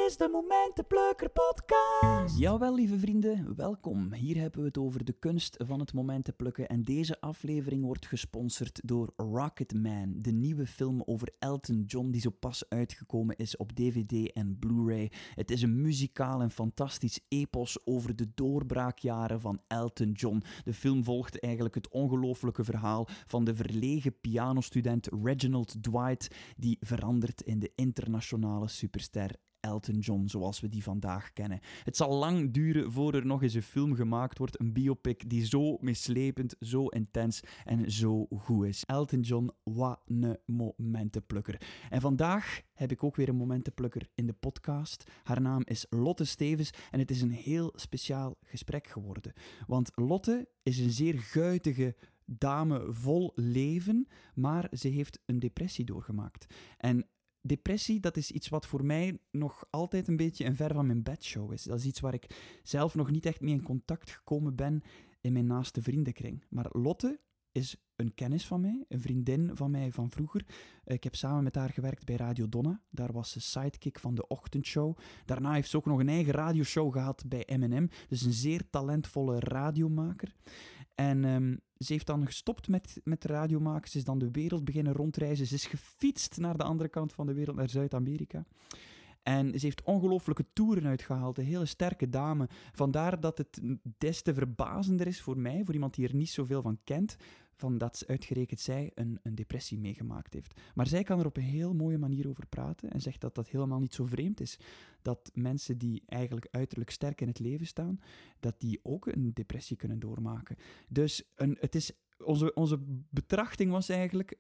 is de Momentenplukker podcast. Jawel, lieve vrienden, welkom. Hier hebben we het over de kunst van het momentenplukken en deze aflevering wordt gesponsord door Rocketman, de nieuwe film over Elton John die zo pas uitgekomen is op DVD en Blu-ray. Het is een muzikaal en fantastisch epos over de doorbraakjaren van Elton John. De film volgt eigenlijk het ongelooflijke verhaal van de verlegen pianostudent Reginald Dwight die verandert in de internationale superster Elton John, zoals we die vandaag kennen. Het zal lang duren voor er nog eens een film gemaakt wordt, een biopic die zo meeslepend, zo intens en zo goed is. Elton John, wat een momentenplukker. En vandaag heb ik ook weer een momentenplukker in de podcast. Haar naam is Lotte Stevens en het is een heel speciaal gesprek geworden. Want Lotte is een zeer guitige dame vol leven, maar ze heeft een depressie doorgemaakt. En depressie, dat is iets wat voor mij nog altijd een beetje een ver van mijn bedshow is. Dat is iets waar ik zelf nog niet echt mee in contact gekomen ben in mijn naaste vriendenkring. Maar Lotte is een kennis van mij, een vriendin van mij van vroeger. Ik heb samen met haar gewerkt bij Radio Donna. Daar was ze sidekick van de ochtendshow. Daarna heeft ze ook nog een eigen radioshow gehad bij M&M. Dus een zeer talentvolle radiomaker. En ze heeft dan gestopt met radiomaken. Ze is dan de wereld beginnen rondreizen. Ze is gefietst naar de andere kant van de wereld, naar Zuid-Amerika. En ze heeft ongelooflijke toeren uitgehaald. Een hele sterke dame. Vandaar dat het des te verbazender is voor mij, voor iemand die er niet zoveel van kent, van dat uitgerekend zij een depressie meegemaakt heeft. Maar zij kan er op een heel mooie manier over praten en zegt dat dat helemaal niet zo vreemd is. Dat mensen die eigenlijk uiterlijk sterk in het leven staan, dat die ook een depressie kunnen doormaken. Dus het is, onze betrachting was eigenlijk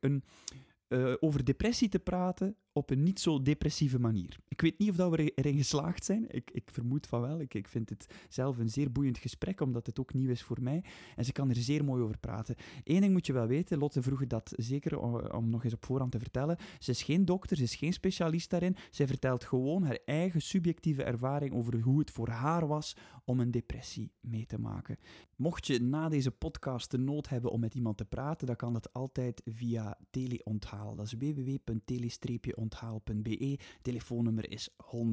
over depressie te praten op een niet zo depressieve manier. Ik weet niet of dat we erin geslaagd zijn. Ik vermoed van wel. Ik vind het zelf een zeer boeiend gesprek, omdat het ook nieuw is voor mij. En ze kan er zeer mooi over praten. Eén ding moet je wel weten, Lotte vroeg dat zeker om nog eens op voorhand te vertellen. Ze is geen dokter, ze is geen specialist daarin. Zij vertelt gewoon haar eigen subjectieve ervaring over hoe het voor haar was om een depressie mee te maken. Mocht je na deze podcast de nood hebben om met iemand te praten, dan kan dat altijd via Teleonthaal. Dat is www.tele-onthaal.be. Telefoonnummer is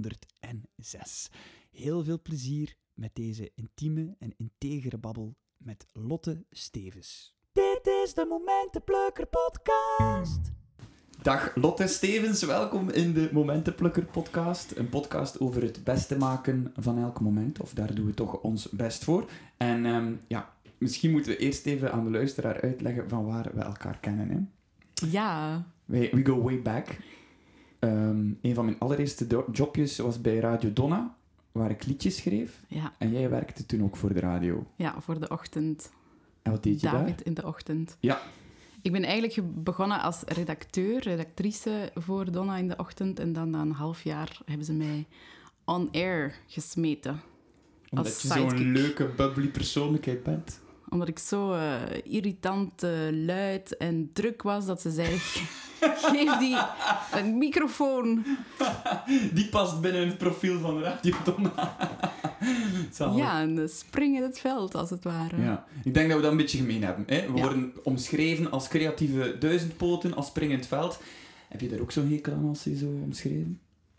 106. Heel veel plezier met deze intieme en integere babbel met Lotte Stevens. Dit is de Momentenplukker podcast. Dag Lotte Stevens, welkom in de Momentenplukker podcast. Een podcast over het beste maken van elk moment, of daar doen we toch ons best voor. En misschien moeten we eerst even aan de luisteraar uitleggen van waar we elkaar kennen. Hè? Ja. We go way back. Een van mijn allereerste jobjes was bij Radio Donna, waar ik liedjes schreef. Ja. En jij werkte toen ook voor de radio. Ja, voor de ochtend. En wat deed je daar? David in de ochtend. Ja. Ik ben eigenlijk begonnen als redactrice voor Donna in de ochtend. En dan na een half jaar hebben ze mij on air gesmeten. Omdat je zo'n leuke, bubbly persoonlijkheid bent. Omdat ik zo irritant, luid en druk was, dat ze zei... Geef die een microfoon. Die past binnen het profiel van Radio Donna. Ja, en spring in het veld, als het ware. Ja. Ik denk dat we dat een beetje gemeen hebben. Hè? We worden omschreven als creatieve duizendpoten, als spring in het veld. Heb je daar ook zo'n hekel aan als je zo omschreven?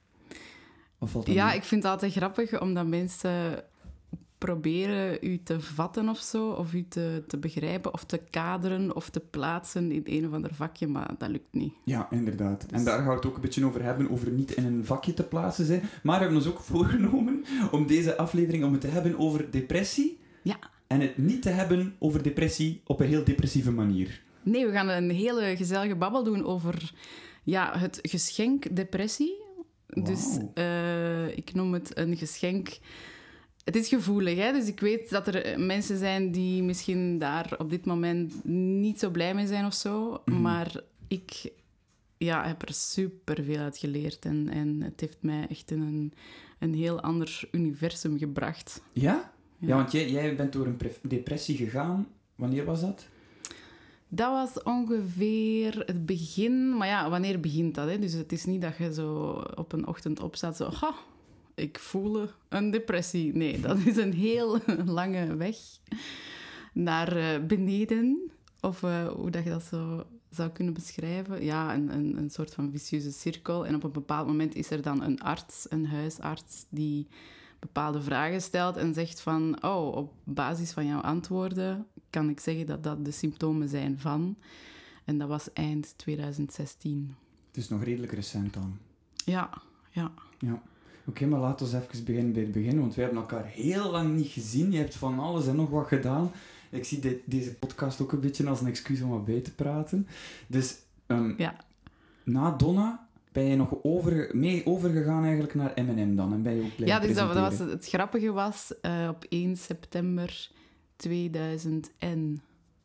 Of valt dat niet? Ik vind het altijd grappig, omdat mensen proberen u te vatten of zo, of u te begrijpen, of te kaderen, of te plaatsen in een of ander vakje, maar dat lukt niet. Ja, inderdaad. Dus... En daar gaan we het ook een beetje over hebben, over niet in een vakje te plaatsen zijn. Maar we hebben ons ook voorgenomen om deze aflevering om het te hebben over depressie. Ja. En het niet te hebben over depressie op een heel depressieve manier. Nee, we gaan een hele gezellige babbel doen over het geschenk depressie. Wow. Dus ik noem het een geschenk... Het is gevoelig, hè? Dus ik weet dat er mensen zijn die misschien daar op dit moment niet zo blij mee zijn of zo. Mm-hmm. Maar ik heb er superveel uit geleerd. En het heeft mij echt in een heel ander universum gebracht. Ja? Ja, want jij bent door een depressie gegaan. Wanneer was dat? Dat was ongeveer het begin. Maar ja, wanneer begint dat? Hè? Dus het is niet dat je zo op een ochtend opstaat zo... Ik voelde een depressie. Nee, dat is een heel lange weg naar beneden. Of hoe dat je dat zou kunnen beschrijven. Ja, een soort van vicieuze cirkel. En op een bepaald moment is er dan een arts, een huisarts, die bepaalde vragen stelt en zegt van... op basis van jouw antwoorden kan ik zeggen dat dat de symptomen zijn van... En dat was eind 2016. Het is nog redelijk recent dan. Ja. Oké, maar laten we even beginnen bij het begin, want wij hebben elkaar heel lang niet gezien. Je hebt van alles en nog wat gedaan. Ik zie deze podcast ook een beetje als een excuus om wat bij te praten. Dus na Donna ben je nog overgegaan eigenlijk naar M&M dan en ben je ook blijven dus dat presenteren. was, het grappige was, op 1 september 2008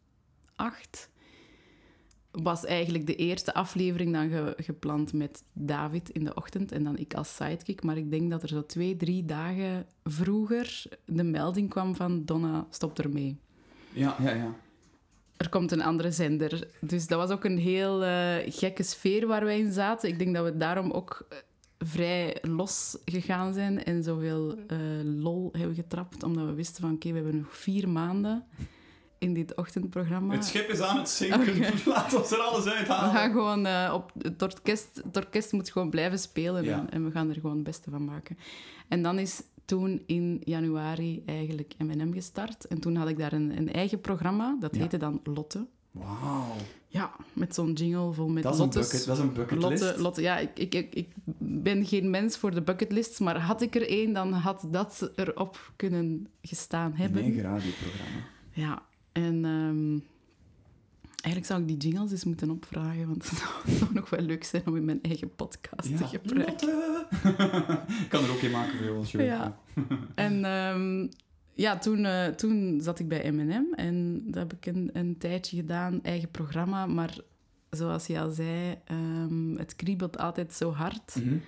was eigenlijk de eerste aflevering dan gepland met David in de ochtend en dan ik als sidekick. Maar ik denk dat er zo 2-3 dagen vroeger de melding kwam van Donna stopt ermee. Ja. Er komt een andere zender. Dus dat was ook een heel gekke sfeer waar wij in zaten. Ik denk dat we daarom ook vrij los gegaan zijn en zoveel lol hebben getrapt, omdat we wisten van oké, we hebben nog 4 maanden in dit ochtendprogramma. Het schip is aan het zinken. Okay. Laat ons er alles uithalen. We gaan gewoon het orkest moet gewoon blijven spelen en we gaan er gewoon het beste van maken. En dan is toen in januari eigenlijk M&M gestart. En toen had ik daar een eigen programma. Dat heette dan Lotte. Wauw. Ja, met zo'n jingle vol met dat Lottes. Dat is een bucketlist. Lotte, ja, ik ben geen mens voor de bucketlists, maar had ik er één, dan had dat erop kunnen gestaan hebben. Een eigen radioprogramma. Ja, en eigenlijk zou ik die jingles eens moeten opvragen, want het zou nog wel leuk zijn om in mijn eigen podcast te gebruiken. Ik kan er ook een maken voor jou als je wil. Ja. En toen zat ik bij M&M en dat heb ik een tijdje gedaan, eigen programma, maar zoals je al zei, het kriebelt altijd zo hard. Mm-hmm.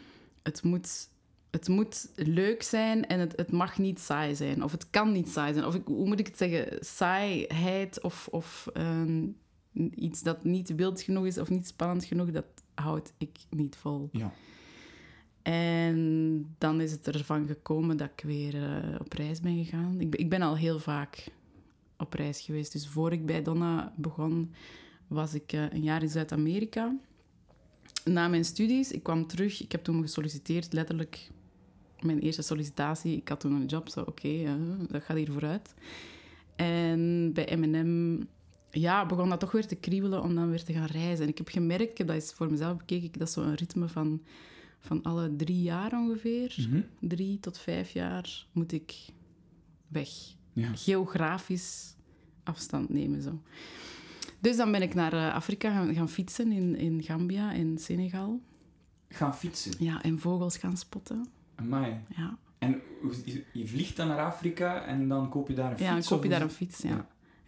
Het moet leuk zijn en het mag niet saai zijn. Of het kan niet saai zijn. Of hoe moet ik het zeggen? Saaiheid of iets dat niet wild genoeg is of niet spannend genoeg, dat houd ik niet vol. Ja. En dan is het ervan gekomen dat ik weer op reis ben gegaan. Ik ben al heel vaak op reis geweest. Dus voor ik bij Donna begon, was ik een jaar in Zuid-Amerika. Na mijn studies, ik kwam terug. Ik heb toen gesolliciteerd, letterlijk mijn eerste sollicitatie. Ik had toen een job, zo oké, dat gaat hier vooruit. En bij M&M begon dat toch weer te kriebelen om dan weer te gaan reizen. En ik heb gemerkt, ik heb dat eens voor mezelf bekeken, dat is zo'n ritme van alle 3 jaar ongeveer. Mm-hmm. 3 tot 5 jaar moet ik weg. Ja. Geografisch afstand nemen, zo. Dus dan ben ik naar Afrika gaan fietsen in Gambia en Senegal. Gaan fietsen? Ja, en vogels gaan spotten. Amai. Ja. En je vliegt dan naar Afrika en dan koop je daar een fiets? Ja, dan koop je daar een fiets, ja.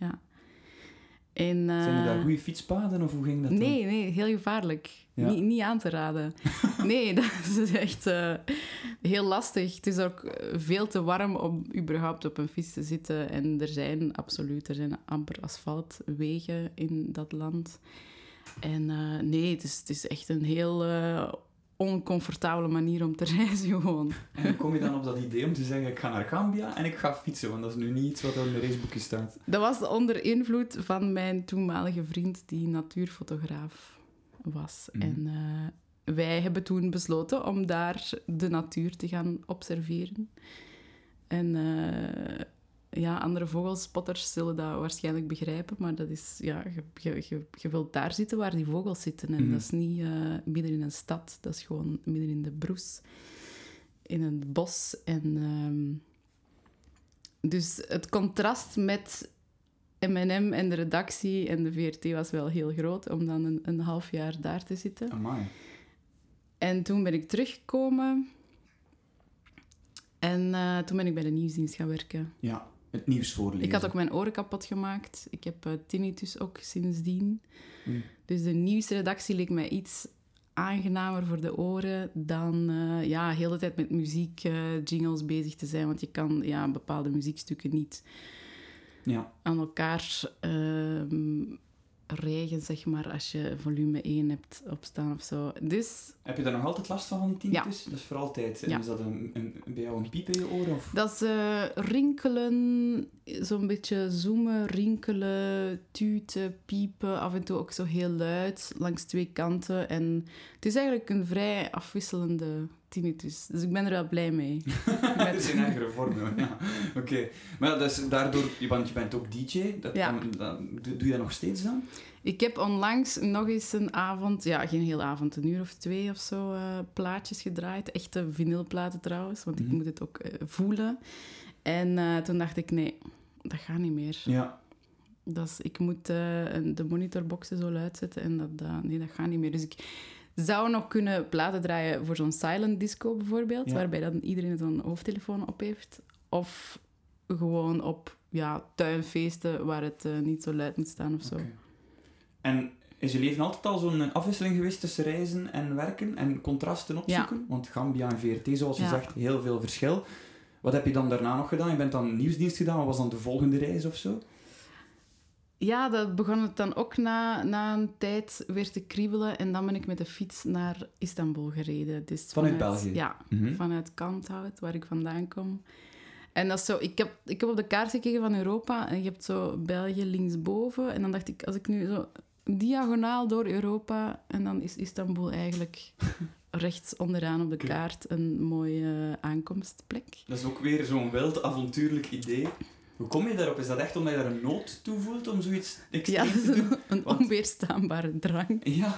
En, zijn er daar goede fietspaden of hoe ging dat dan? Nee, heel gevaarlijk. Ja. Niet aan te raden. Nee, dat is echt heel lastig. Het is ook veel te warm om überhaupt op een fiets te zitten. En er zijn amper asfaltwegen in dat land. En het is echt een heel oncomfortabele manier om te reizen gewoon. En hoe kom je dan op dat idee om te zeggen, ik ga naar Gambia en ik ga fietsen? Want dat is nu niet iets wat er in de raceboekje staat. Dat was onder invloed van mijn toenmalige vriend die natuurfotograaf was. Mm. En wij hebben toen besloten om daar de natuur te gaan observeren. En andere vogelspotters zullen dat waarschijnlijk begrijpen, maar dat is, je wilt daar zitten waar die vogels zitten. En dat is niet midden in een stad, dat is gewoon midden in de broes, in het bos. En dus het contrast met M&M en de redactie en de VRT was wel heel groot, om dan een half jaar daar te zitten. Amai. En toen ben ik teruggekomen en toen ben ik bij de nieuwsdienst gaan werken. Ja. Het nieuws voorlezen. Ik had ook mijn oren kapot gemaakt. Ik heb tinnitus ook sindsdien. Dus de nieuwsredactie leek mij iets aangenamer voor de oren dan heel de tijd met muziek, jingles bezig te zijn. Want je kan bepaalde muziekstukken niet aan elkaar regen, zeg maar, als je volume 1 hebt opstaan of zo. Dus... Heb je daar nog altijd last van die tinnitus? Dat is voor altijd. Ja. Is dat bij jou een piep in je oren? Of? Dat is rinkelen, zo'n beetje zoomen, rinkelen, tuten, piepen, af en toe ook zo heel luid, langs 2 kanten. En het is eigenlijk een vrij afwisselende tinnitus. Dus ik ben er wel blij mee. Het is in eigen vorm, ja. Oké. Maar ja, dus daardoor, want je bent ook DJ, doe je dat nog steeds dan? Ik heb onlangs nog eens een avond, geen hele avond, een uur of 2 of zo, plaatjes gedraaid. Echte vinylplaten trouwens, want ik moet het ook voelen. En toen dacht ik, nee, dat gaat niet meer. Ja. Ik moet de monitorboxen zo luid zetten en dat gaat niet meer. Dus ik zou nog kunnen platen draaien voor zo'n silent disco bijvoorbeeld, waarbij dan iedereen zo'n hoofdtelefoon op heeft. Of gewoon op tuinfeesten waar het niet zo luid moet staan of zo. Okay. En is je leven altijd al zo'n afwisseling geweest tussen reizen en werken en contrasten opzoeken? Ja. Want Gambia en VRT, zoals je zegt, heel veel verschil. Wat heb je dan daarna nog gedaan? Je bent dan nieuwsdienst gedaan, wat was dan de volgende reis of zo? Ja, dat begon het dan ook na een tijd weer te kriebelen. En dan ben ik met de fiets naar Istanbul gereden. Dus vanuit België? Ja, vanuit Kalmthout, waar ik vandaan kom. En dat is zo, ik heb op de kaart gekeken van Europa en je hebt zo België linksboven. En dan dacht ik, als ik nu zo diagonaal door Europa... En dan is Istanbul eigenlijk rechts onderaan op de kaart een mooie aankomstplek. Dat is ook weer zo'n wild, avontuurlijk idee. Hoe kom je daarop? Is dat echt omdat je daar een nood toe voelt om zoiets extreem te doen? Een onweerstaanbare drang. Ja.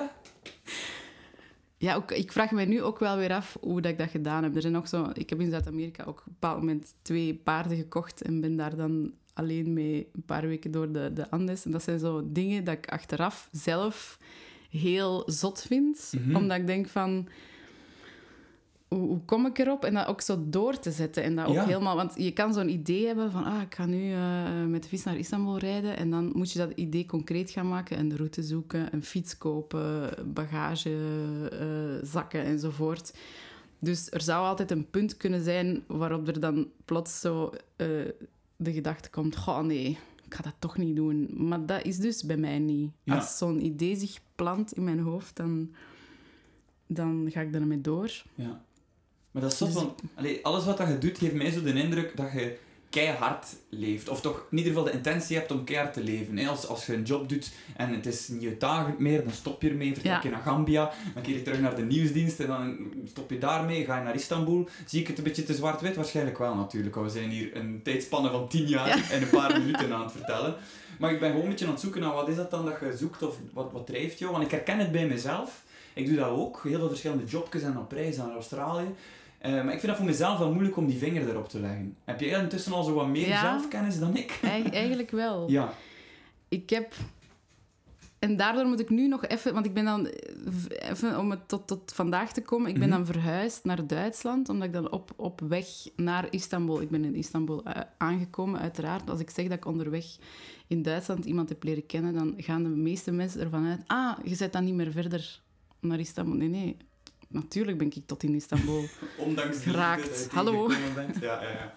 Ja, ik vraag me nu ook wel weer af hoe dat ik dat gedaan heb. Ik heb in Zuid-Amerika ook op een bepaald moment 2 paarden gekocht en ben daar dan alleen mee een paar weken door de Andes. En dat zijn zo dingen dat ik achteraf zelf heel zot vind. Omdat ik denk van... Hoe kom ik erop? En dat ook zo door te zetten. En dat ook helemaal... Want je kan zo'n idee hebben van... ik ga nu met de fiets naar Istanbul rijden. En dan moet je dat idee concreet gaan maken. Een route zoeken, een fiets kopen, bagagezakken enzovoort. Dus er zou altijd een punt kunnen zijn waarop er dan plots zo de gedachte komt... Goh, nee, ik ga dat toch niet doen. Maar dat is dus bij mij niet. Ja. Als zo'n idee zich plant in mijn hoofd, dan ga ik ermee door. Ja. Maar dat is zot, want alles wat je doet, geeft mij zo de indruk dat je keihard leeft. Of toch in ieder geval de intentie hebt om keihard te leven. Als je een job doet en het is niet uitdagend meer, dan stop je ermee, vertrek je naar Gambia, dan keer je terug naar de nieuwsdienst en dan stop je daarmee, ga je naar Istanbul. Zie ik het een beetje te zwart-wit? Waarschijnlijk wel natuurlijk. We zijn hier een tijdspanne van 10 jaar en een paar minuten aan het vertellen. Maar ik ben gewoon een beetje aan het zoeken naar wat is dat dan dat je zoekt of wat drijft jou. Want ik herken het bij mezelf. Ik doe dat ook. Heel veel verschillende jobjes en op reis naar Australië. Maar ik vind dat voor mezelf wel moeilijk om die vinger erop te leggen. Heb jij intussen al zo wat meer zelfkennis dan ik? Eigenlijk wel. Ja. Ik heb... En daardoor moet ik nu nog even... Want ik ben dan... Even om het tot vandaag te komen. Ik ben dan verhuisd naar Duitsland. Omdat ik dan op weg naar Istanbul... Ik ben in Istanbul aangekomen, uiteraard. Als ik zeg dat ik onderweg in Duitsland iemand heb leren kennen... Dan gaan de meeste mensen ervan uit... je zet dan niet meer verder naar Istanbul. Nee. Natuurlijk ben ik tot in Istanbul ondanks geraakt. Hallo. Ja.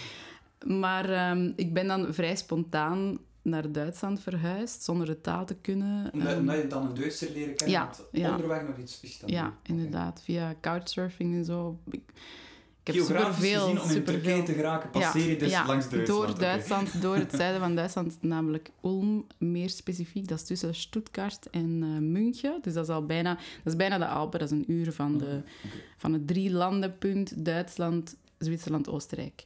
Maar ik ben dan vrij spontaan naar Duitsland verhuisd, zonder de taal te kunnen. Omdat je dan een Duitser leren kennen, onderweg nog iets Istanbul. Ja, inderdaad. Via couchsurfing en zo. Ik heb geografisch gezien, om in Turkije te geraken, passeer je dus langs Duitsland. Door Duitsland, door het zuiden van Duitsland, namelijk Ulm, meer specifiek. Dat is tussen Stuttgart en München. Dus dat is bijna de Alpen. Dat is een uur van het 3-landenpunt Duitsland, Zwitserland, Oostenrijk.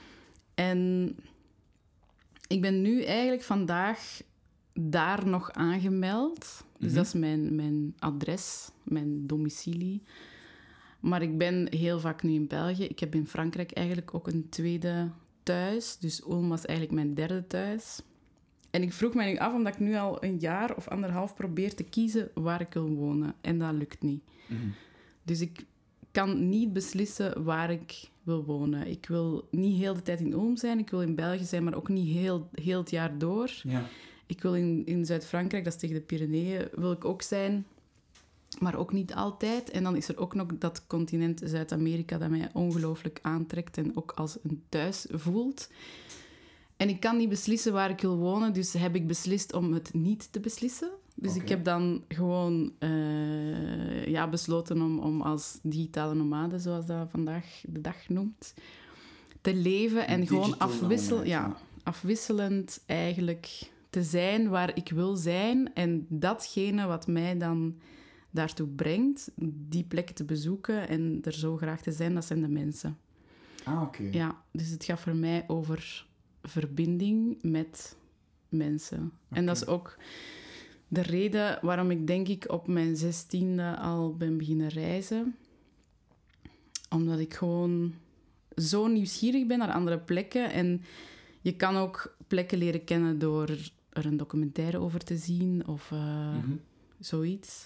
En ik ben nu eigenlijk vandaag daar nog aangemeld. Dus dat is mijn adres, mijn domicilie. Maar ik ben heel vaak nu in België. Ik heb in Frankrijk eigenlijk ook een tweede thuis. Dus Ulm was eigenlijk mijn derde thuis. En ik vroeg mij nu af, omdat ik nu al een jaar of 1,5 probeer te kiezen waar ik wil wonen. En dat lukt niet. Dus ik kan niet beslissen waar ik wil wonen. Ik wil niet heel de tijd in Ulm zijn. Ik wil in België zijn, maar ook niet heel het jaar door. Ja. Ik wil in Zuid-Frankrijk, dat is tegen de Pyreneeën, wil ik ook zijn... Maar ook niet altijd. En dan is er ook nog dat continent Zuid-Amerika dat mij ongelooflijk aantrekt en ook als een thuis voelt. En ik kan niet beslissen waar ik wil wonen, dus heb ik beslist om het niet te beslissen. Dus ik heb dan gewoon besloten om als digitale nomade, zoals dat vandaag de dag noemt, te leven en gewoon afwisselend eigenlijk te zijn waar ik wil zijn. En datgene wat mij dan daartoe brengt, die plekken te bezoeken en er zo graag te zijn, dat zijn de mensen. Oké. Ja, dus het gaat voor mij over verbinding met mensen. En dat is ook de reden waarom ik denk ik op mijn 16e al ben beginnen reizen. Omdat ik gewoon zo nieuwsgierig ben naar andere plekken. En je kan ook plekken leren kennen door er een documentaire over te zien of zoiets.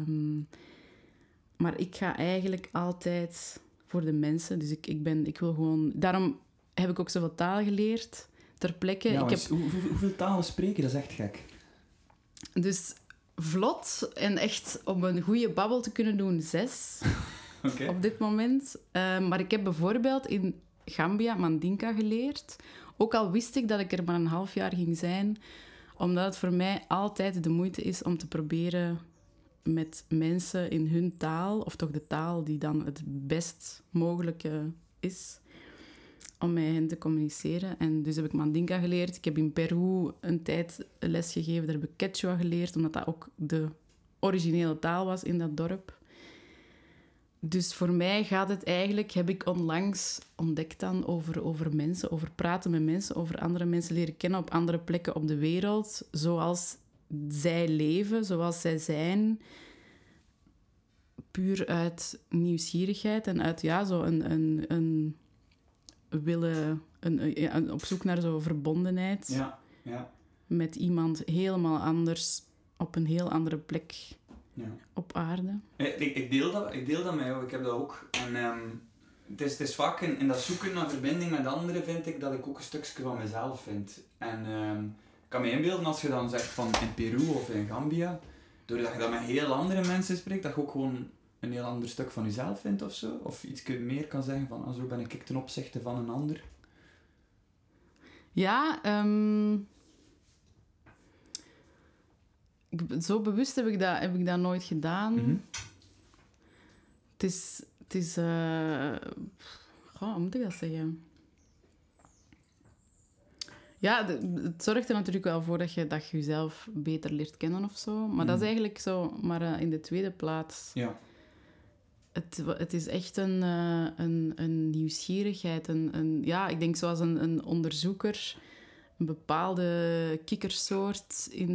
Maar ik ga eigenlijk altijd voor de mensen. Dus ik wil gewoon... Daarom heb ik ook zoveel taal geleerd ter plekke. Ja, hoeveel talen spreken? Dat is echt gek. Dus vlot en echt om een goede babbel te kunnen doen, 6 op dit moment. Maar ik heb bijvoorbeeld in Gambia Mandinka geleerd. Ook al wist ik dat ik er maar een half jaar ging zijn, omdat het voor mij altijd de moeite is om te proberen met mensen in hun taal, of toch de taal die dan het best mogelijke is, om met hen te communiceren. En dus heb ik Mandinka geleerd. Ik heb in Peru een tijd les gegeven. Daar heb ik Quechua geleerd, omdat dat ook de originele taal was in dat dorp. Dus voor mij gaat het eigenlijk, heb ik onlangs ontdekt dan over mensen, over praten met mensen, over andere mensen leren kennen op andere plekken op de wereld, zoals zij leven, zoals zij zijn, puur uit nieuwsgierigheid en uit zo een willen, op zoek naar zo'n verbondenheid met iemand helemaal anders, op een heel andere plek op aarde. Ik deel dat met jou, ik heb dat ook. En het is vaak in dat zoeken naar verbinding met anderen, vind ik, dat ik ook een stukje van mezelf vind. En ik kan me inbeelden als je dan zegt van in Peru of in Gambia, doordat je dan met heel andere mensen spreekt, dat je ook gewoon een heel ander stuk van jezelf vindt of zo. Of iets meer kan zeggen van, zo ben ik ten opzichte van een ander. Ja, zo bewust heb ik dat nooit gedaan. Mm-hmm. Het is hoe moet ik dat zeggen? Ja, het zorgt er natuurlijk wel voor dat je jezelf beter leert kennen of zo. Maar dat is eigenlijk zo, maar in de tweede plaats. Ja. Het is echt een nieuwsgierigheid. Ik denk zoals een onderzoeker een bepaalde kikkersoort in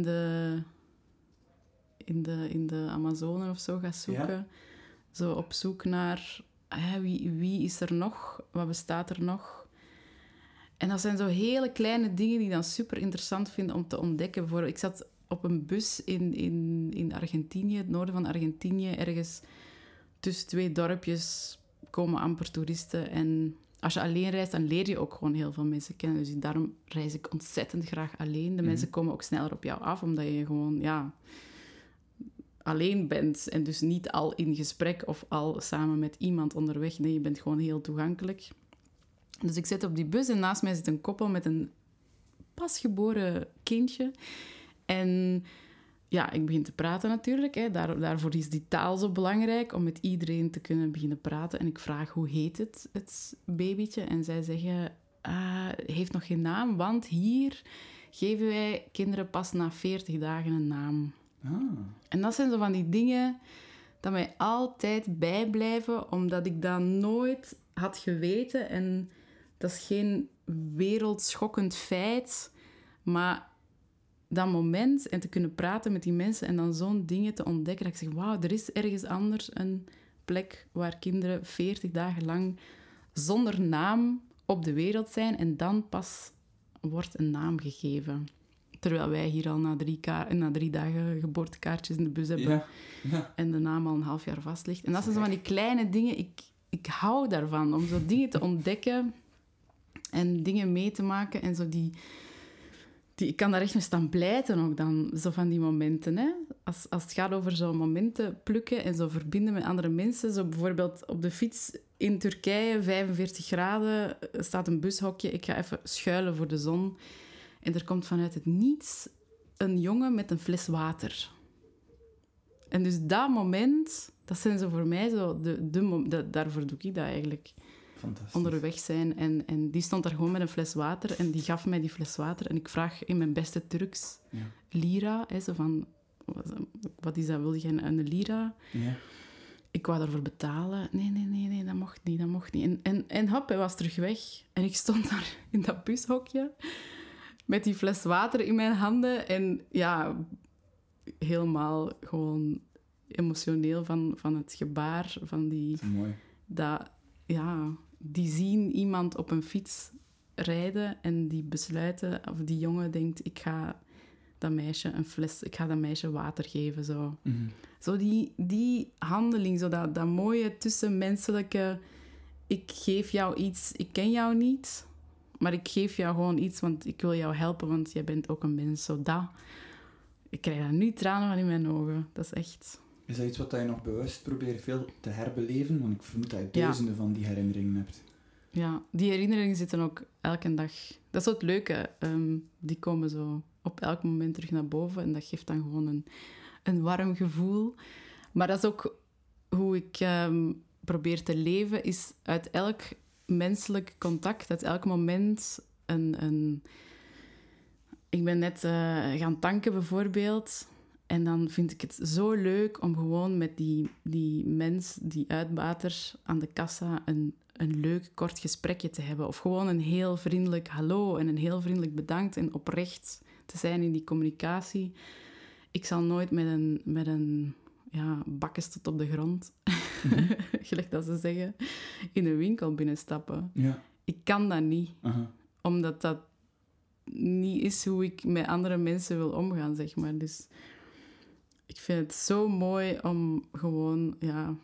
de Amazone of zo gaat zoeken. Ja. Zo op zoek naar wie is er nog? Wat bestaat er nog? En dat zijn zo hele kleine dingen die ik dan super interessant vind om te ontdekken. Bijvoorbeeld, ik zat op een bus in Argentinië, het noorden van Argentinië, ergens tussen 2 dorpjes komen amper toeristen. En als je alleen reist, dan leer je ook gewoon heel veel mensen kennen. Dus daarom reis ik ontzettend graag alleen. De mensen komen ook sneller op jou af, omdat je gewoon alleen bent. En dus niet al in gesprek of al samen met iemand onderweg. Nee, je bent gewoon heel toegankelijk. Dus ik zit op die bus en naast mij zit een koppel met een pasgeboren kindje. En ja, ik begin te praten natuurlijk. Hè. Daarvoor is die taal zo belangrijk, om met iedereen te kunnen beginnen praten. En ik vraag, hoe heet het babytje? En zij zeggen, heeft nog geen naam, want hier geven wij kinderen pas na 40 dagen een naam. Ah. En dat zijn zo van die dingen dat mij altijd bijblijven, omdat ik dat nooit had geweten. En dat is geen wereldschokkend feit, maar dat moment en te kunnen praten met die mensen en dan zo'n dingen te ontdekken, dat ik zeg, wauw, er is ergens anders een plek waar kinderen 40 dagen lang zonder naam op de wereld zijn en dan pas wordt een naam gegeven. Terwijl wij hier al na 3 dagen geboortekaartjes in de bus hebben en de naam al een half jaar vast ligt. En dat zijn zo van die kleine dingen. Ik hou daarvan, om zo dingen te ontdekken en dingen mee te maken en zo ik kan daar echt mee staan blijten ook dan, zo van die momenten, hè. als het gaat over zo'n momenten plukken en zo verbinden met andere mensen. Zo bijvoorbeeld op de fiets in Turkije, 45 graden, staat een bushokje. Ik ga even schuilen voor de zon. En er komt vanuit het niets een jongen met een fles water. En dus dat moment, dat zijn zo voor mij zo daarvoor doe ik dat eigenlijk. Fantastisch. Onderweg zijn. En die stond daar gewoon met een fles water en die gaf mij die fles water. En ik vraag in mijn beste Turks, lira, hè, zo van, wat is dat, wil je een lira? Ja. Ik wou daarvoor betalen. Nee, dat mocht niet. En hop, hij was terug weg. En ik stond daar in dat bushokje met die fles water in mijn handen. En ja, helemaal gewoon emotioneel van het gebaar, van die... Mooi. Die zien iemand op een fiets rijden en die besluiten, of die jongen denkt, ik ga dat meisje water geven. Zo, zo die handeling, zo dat mooie tussenmenselijke, ik geef jou iets, ik ken jou niet, maar ik geef jou gewoon iets, want ik wil jou helpen, want jij bent ook een mens. Zo dat. Ik krijg daar nu tranen van in mijn ogen. Dat is echt... Is dat iets wat je nog bewust probeert veel te herbeleven? Want ik vermoed dat je duizenden van die herinneringen hebt. Ja, die herinneringen zitten ook elke dag. Dat is zo het leuke. Die komen zo op elk moment terug naar boven. En dat geeft dan gewoon een warm gevoel. Maar dat is ook hoe ik probeer te leven. Is uit elk menselijk contact, uit elk moment Ik ben net gaan tanken bijvoorbeeld. En dan vind ik het zo leuk om gewoon met die mens, die uitbater aan de kassa, een leuk kort gesprekje te hebben. Of gewoon een heel vriendelijk hallo en een heel vriendelijk bedankt en oprecht te zijn in die communicatie. Ik zal nooit met een bakkes tot op de grond, gelijk dat ze zeggen, in een winkel binnenstappen. Ja. Ik kan dat niet, omdat dat niet is hoe ik met andere mensen wil omgaan, zeg maar. Dus ik vind het zo mooi om gewoon,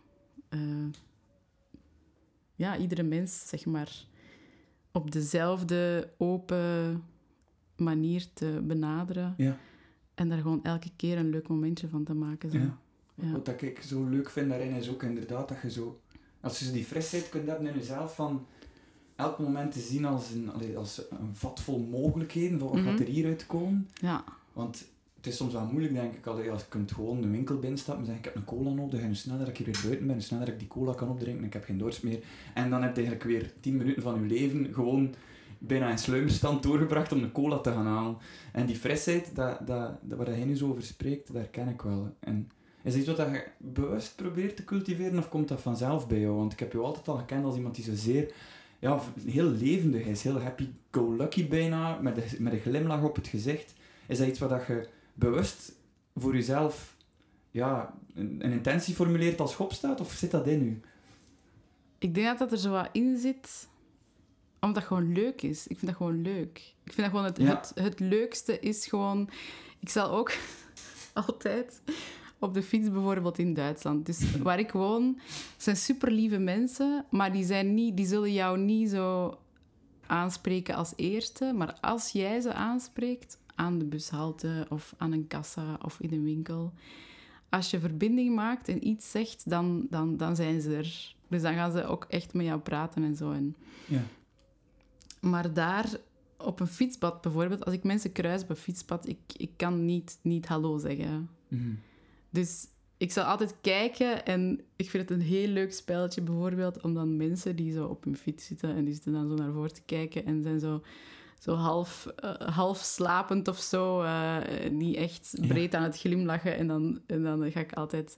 iedere mens, zeg maar, op dezelfde open manier te benaderen. Ja. En daar gewoon elke keer een leuk momentje van te maken. Zo. Ja. Ja. Wat ik zo leuk vind daarin is ook inderdaad dat je zo... Als je die frisheid kunt hebben in jezelf van elk moment te zien als een vat vol mogelijkheden, van wat gaat er hieruit komen. Ja. Want het is soms wel moeilijk, denk ik, als je kunt gewoon de winkel binnenstappen en zeggen, ik heb een cola nodig, en hoe sneller ik hier weer buiten ben, hoe sneller ik die cola kan opdrinken, ik heb geen dorst meer. En dan heb je eigenlijk weer 10 minuten van je leven gewoon bijna in sluimerstand doorgebracht om de cola te gaan halen. En die frisheid, waar hij nu zo over spreekt, daar ken ik wel. En is dat iets wat je bewust probeert te cultiveren, of komt dat vanzelf bij jou? Want ik heb jou altijd al gekend als iemand die zo zeer... Ja, heel levendig is, heel happy-go-lucky bijna, met een glimlach op het gezicht. Is dat iets wat je bewust voor jezelf een intentie formuleert als je opstaat, of zit dat in u? Ik denk dat er zo wat in zit, omdat het gewoon leuk is. Ik vind dat gewoon leuk. Ik vind dat gewoon het leukste is gewoon... Ik zal ook altijd op de fiets bijvoorbeeld in Duitsland. Dus waar ik woon, zijn super lieve mensen, maar die zullen jou niet zo aanspreken als eerste. Maar als jij ze aanspreekt, aan de bushalte of aan een kassa of in een winkel, als je verbinding maakt en iets zegt, dan zijn ze er. Dus dan gaan ze ook echt met jou praten en zo. Ja. Maar daar, op een fietspad bijvoorbeeld, als ik mensen kruis op een fietspad, ik kan niet hallo zeggen. Mm-hmm. Dus ik zal altijd kijken en ik vind het een heel leuk spelletje bijvoorbeeld om dan mensen die zo op hun fiets zitten en die zitten dan zo naar voren te kijken en zijn zo half slapend of zo, niet echt breed aan het glimlachen. En dan ga ik altijd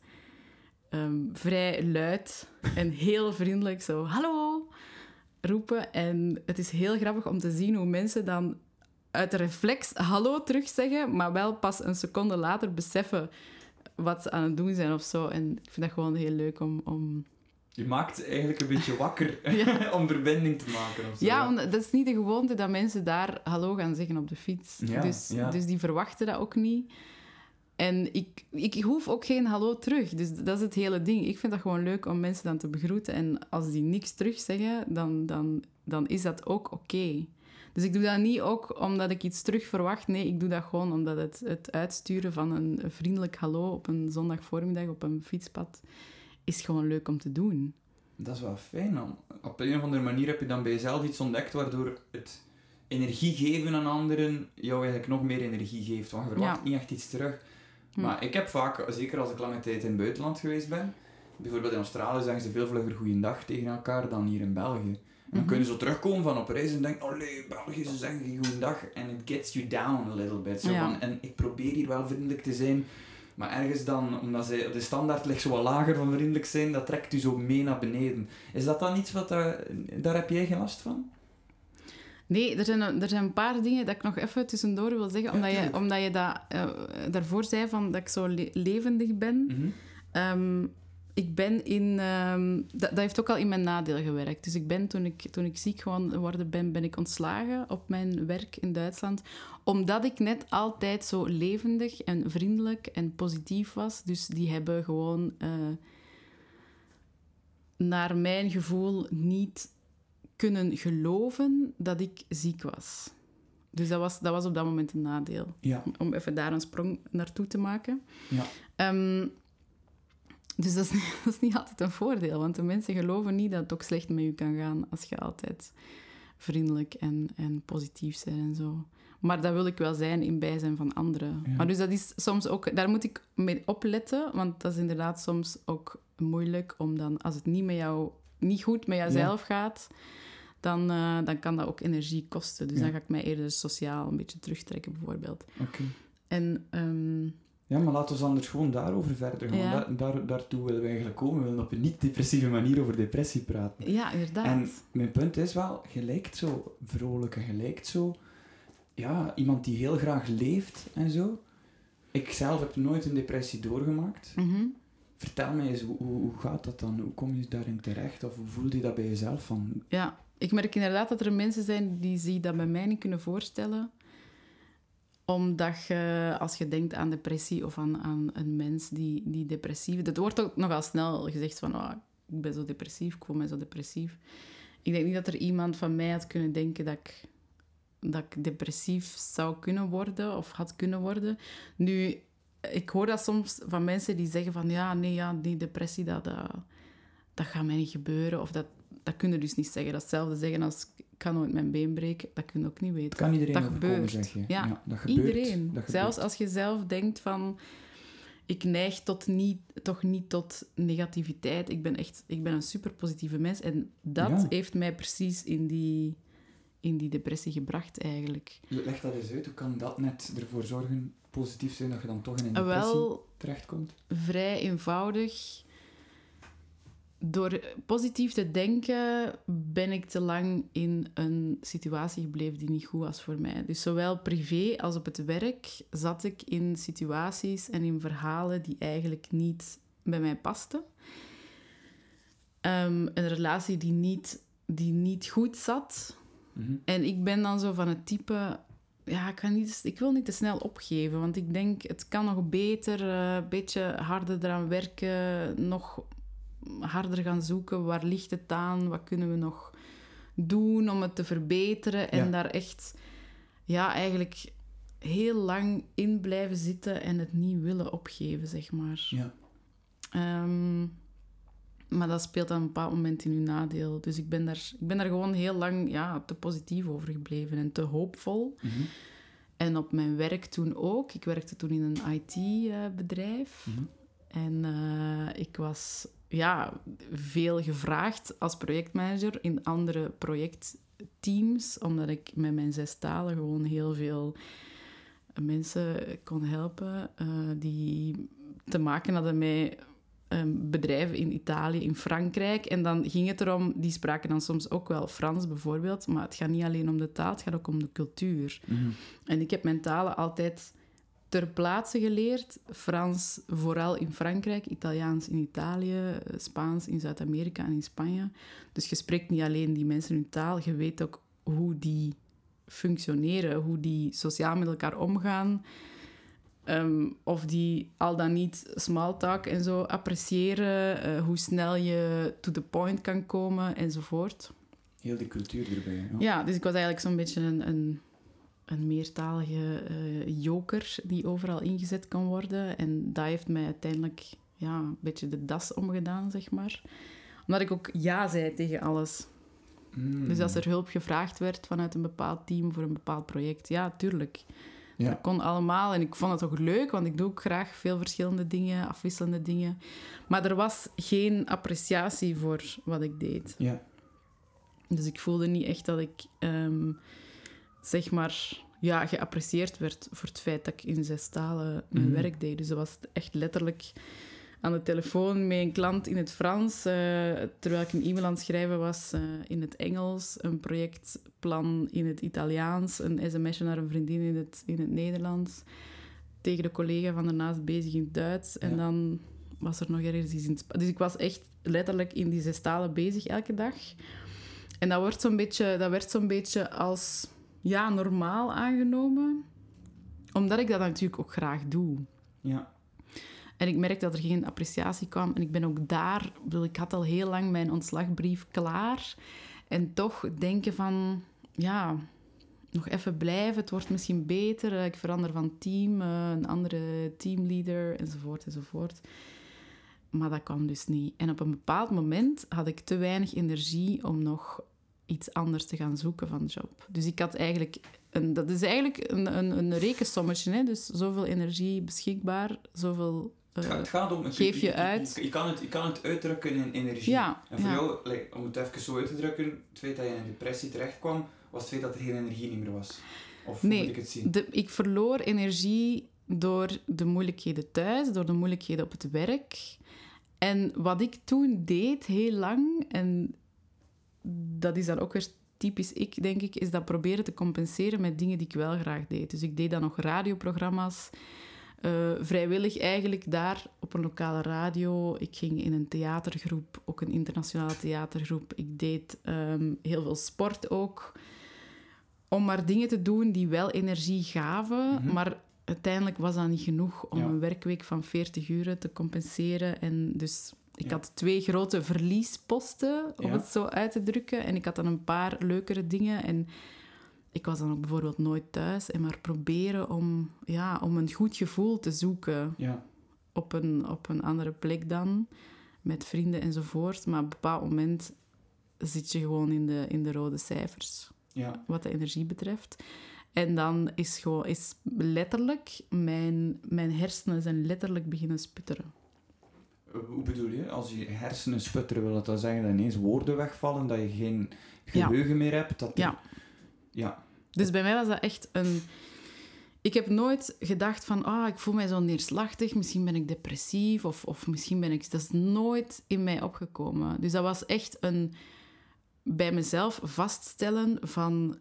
vrij luid en heel vriendelijk zo hallo roepen. En het is heel grappig om te zien hoe mensen dan uit de reflex hallo terugzeggen, maar wel pas een seconde later beseffen wat ze aan het doen zijn of zo. En ik vind dat gewoon heel leuk om... Je maakt eigenlijk een beetje wakker om verbinding te maken. Of zo, ja, want dat is niet de gewoonte dat mensen daar hallo gaan zeggen op de fiets. Ja, dus die verwachten dat ook niet. En ik hoef ook geen hallo terug. Dus dat is het hele ding. Ik vind dat gewoon leuk om mensen dan te begroeten. En als die niks terug zeggen, dan is dat ook oké. Dus ik doe dat niet ook omdat ik iets terug verwacht. Nee, ik doe dat gewoon omdat het uitsturen van een vriendelijk hallo op een zondagvoormiddag op een fietspad is gewoon leuk om te doen. Dat is wel fijn. Dan. Op een of andere manier heb je dan bij jezelf iets ontdekt waardoor het energie geven aan anderen jou eigenlijk nog meer energie geeft. Want je verwacht niet echt iets terug. Maar ik heb vaak, zeker als ik lange tijd in het buitenland geweest ben, bijvoorbeeld in Australië zeggen ze veel vlugger goeiedag tegen elkaar dan hier in België. En dan kun je zo terugkomen van op reis en denken, allee, België, ze zeggen geen goeiedag. En it gets you down a little bit. Zo van, en ik probeer hier wel vriendelijk te zijn. Maar ergens dan, omdat de standaard ligt zo wat lager van vriendelijk zijn, dat trekt u zo mee naar beneden. Is dat dan iets wat daar heb jij geen last van? Nee, er zijn een paar dingen dat ik nog even tussendoor wil zeggen. Omdat je dat daarvoor zei van dat ik zo levendig ben. Ik ben dat heeft ook al in mijn nadeel gewerkt. Dus ik ben, toen ik ziek geworden ben ik ontslagen op mijn werk in Duitsland. Omdat ik net altijd zo levendig en vriendelijk en positief was. Dus die hebben gewoon naar mijn gevoel niet kunnen geloven dat ik ziek was. Dus dat was op dat moment een nadeel. Ja. Om even daar een sprong naartoe te maken. Ja. Dus dat is niet altijd een voordeel, want de mensen geloven niet dat het ook slecht met je kan gaan als je altijd vriendelijk en positief bent en zo. Maar dat wil ik wel zijn in bijzijn van anderen. Ja. Maar dus dat is soms ook... Daar moet ik mee opletten, want dat is inderdaad soms ook moeilijk om dan... Als het niet goed met jezelf gaat, dan kan dat ook energie kosten. Dus dan ga ik mij eerder sociaal een beetje terugtrekken, bijvoorbeeld. Oké. En... Ja, maar laten we anders gewoon daarover verder gaan. Ja. Daartoe willen we eigenlijk komen. We willen op een niet-depressieve manier over depressie praten. Ja, inderdaad. En mijn punt is wel, je lijkt zo vrolijk en je lijkt zo... Ja, iemand die heel graag leeft en zo. Ik zelf heb nooit een depressie doorgemaakt. Mm-hmm. Vertel mij eens, hoe gaat dat dan? Hoe kom je daarin terecht? Of hoe voel je dat bij jezelf? Ja, ik merk inderdaad dat er mensen zijn die zich dat bij mij niet kunnen voorstellen. Omdat je, als je denkt aan depressie of aan een mens die depressief is... Dat wordt ook nogal snel gezegd van... Oh, ik ben zo depressief, ik voel me zo depressief. Ik denk niet dat er iemand van mij had kunnen denken dat ik depressief zou kunnen worden of had kunnen worden. Nu, ik hoor dat soms van mensen die zeggen van... die depressie, dat gaat mij niet gebeuren. Of dat kunnen dus niet zeggen. Datzelfde zeggen als... Ik kan nooit mijn been breken, dat kun je ook niet weten. Dat kan iedereen dat overkomen, gebeurt. zeg je. Ja, dat gebeurt. Iedereen. Dat Zelfs als je zelf denkt van... Ik neig toch niet tot negativiteit. Ik ben een super positieve mens. En dat heeft mij precies in die depressie gebracht, eigenlijk. Leg dat eens uit. Hoe kan dat net ervoor zorgen, positief zijn, dat je dan toch in een depressie terechtkomt? Vrij eenvoudig. Door positief te denken ben ik te lang in een situatie gebleven die niet goed was voor mij. Dus zowel privé als op het werk zat ik in situaties en in verhalen die eigenlijk niet bij mij pasten. Een relatie die niet goed zat. Mm-hmm. En ik ben dan zo van het type... Ja, ik wil niet te snel opgeven, want ik denk, het kan nog beter, een beetje harder eraan werken, nog harder gaan zoeken, waar ligt het aan, wat kunnen we nog doen om het te verbeteren en daar echt eigenlijk heel lang in blijven zitten en het niet willen opgeven, zeg maar. Ja. Maar dat speelt aan een bepaald moment in uw nadeel. Dus ik ben daar gewoon heel lang te positief over gebleven en te hoopvol. Mm-hmm. En op mijn werk toen ook. Ik werkte toen in een IT-bedrijf. Mm-hmm. En ik was veel gevraagd als projectmanager in andere projectteams, omdat ik met mijn 6 talen gewoon heel veel mensen kon helpen die te maken hadden met bedrijven in Italië, in Frankrijk. En dan ging het erom, die spraken dan soms ook wel Frans bijvoorbeeld, maar het gaat niet alleen om de taal, het gaat ook om de cultuur. Mm-hmm. En ik heb mijn talen altijd ter plaatse geleerd. Frans vooral in Frankrijk, Italiaans in Italië, Spaans in Zuid-Amerika en in Spanje. Dus je spreekt niet alleen die mensen hun taal, je weet ook hoe die functioneren, hoe die sociaal met elkaar omgaan. Of die al dan niet small talk en zo appreciëren, hoe snel je to the point kan komen, enzovoort. Heel die cultuur erbij. Ja. Ja, dus ik was eigenlijk zo'n beetje een meertalige joker die overal ingezet kan worden. En dat heeft mij uiteindelijk een beetje de das omgedaan, zeg maar. Omdat ik ook ja zei tegen alles. Dus als er hulp gevraagd werd vanuit een bepaald team voor een bepaald project, ja, tuurlijk. Ja. Dat kon allemaal. En ik vond het ook leuk, want ik doe ook graag veel verschillende dingen, afwisselende dingen. Maar er was geen appreciatie voor wat ik deed. Ja. Dus ik voelde niet echt dat ik, zeg maar, geapprecieerd werd voor het feit dat ik in 6 talen mijn werk deed. Dus dat was echt letterlijk aan de telefoon met een klant in het Frans, terwijl ik een e-mail aan het schrijven was in het Engels, een projectplan in het Italiaans, een sms'je naar een vriendin in het Nederlands, tegen de collega van daarnaast bezig in het Duits. En dan was er nog ergens iets in het Dus ik was echt letterlijk in die 6 talen bezig elke dag. En dat werd zo'n beetje als normaal aangenomen, omdat ik dat natuurlijk ook graag doe. Ja. En ik merkte dat er geen appreciatie kwam. En ik ben ook daar... Ik had al heel lang mijn ontslagbrief klaar. En toch denken van... nog even blijven. Het wordt misschien beter. Ik verander van team. Een andere teamleader. Enzovoort, enzovoort. Maar dat kwam dus niet. En op een bepaald moment had ik te weinig energie om nog iets anders te gaan zoeken van job. Dus ik had eigenlijk... Dat is eigenlijk een rekensommetje. Hè? Dus zoveel energie beschikbaar, zoveel... Het gaat om... Geef je uit. Je kan het uitdrukken in energie. Ja, en voor jou, om het even zo uit te drukken, het feit dat je in een depressie terecht kwam, was het feit dat er geen energie niet meer was. Of hoe moet ik het zien? Ik verloor energie door de moeilijkheden thuis, door de moeilijkheden op het werk. En wat ik toen deed, heel lang, en dat is dan ook weer typisch ik, denk ik, is dat proberen te compenseren met dingen die ik wel graag deed. Dus ik deed dan nog radioprogramma's, vrijwillig eigenlijk daar op een lokale radio. Ik ging in een theatergroep, ook een internationale theatergroep. Ik deed heel veel sport ook. Om maar dingen te doen die wel energie gaven, maar uiteindelijk was dat niet genoeg om een werkweek van 40 uur te compenseren. En dus ik had 2 grote verliesposten, om het zo uit te drukken. En ik had dan een paar leukere dingen. En ik was dan ook bijvoorbeeld nooit thuis. En maar proberen om een goed gevoel te zoeken op een andere plek dan. Met vrienden enzovoort. Maar op een bepaald moment zit je gewoon in de rode cijfers. Ja. Wat de energie betreft. En dan is letterlijk... Mijn hersenen zijn letterlijk beginnen sputteren. Hoe bedoel je? Als je hersenen sputteren, wil dat dan zeggen dat ineens woorden wegvallen, dat je geen geheugen meer hebt? Ja. Dus bij mij was dat echt een... Ik heb nooit gedacht van, ik voel mij zo neerslachtig, misschien ben ik depressief, of misschien ben ik... Dat is nooit in mij opgekomen. Dus dat was echt een... Bij mezelf vaststellen van...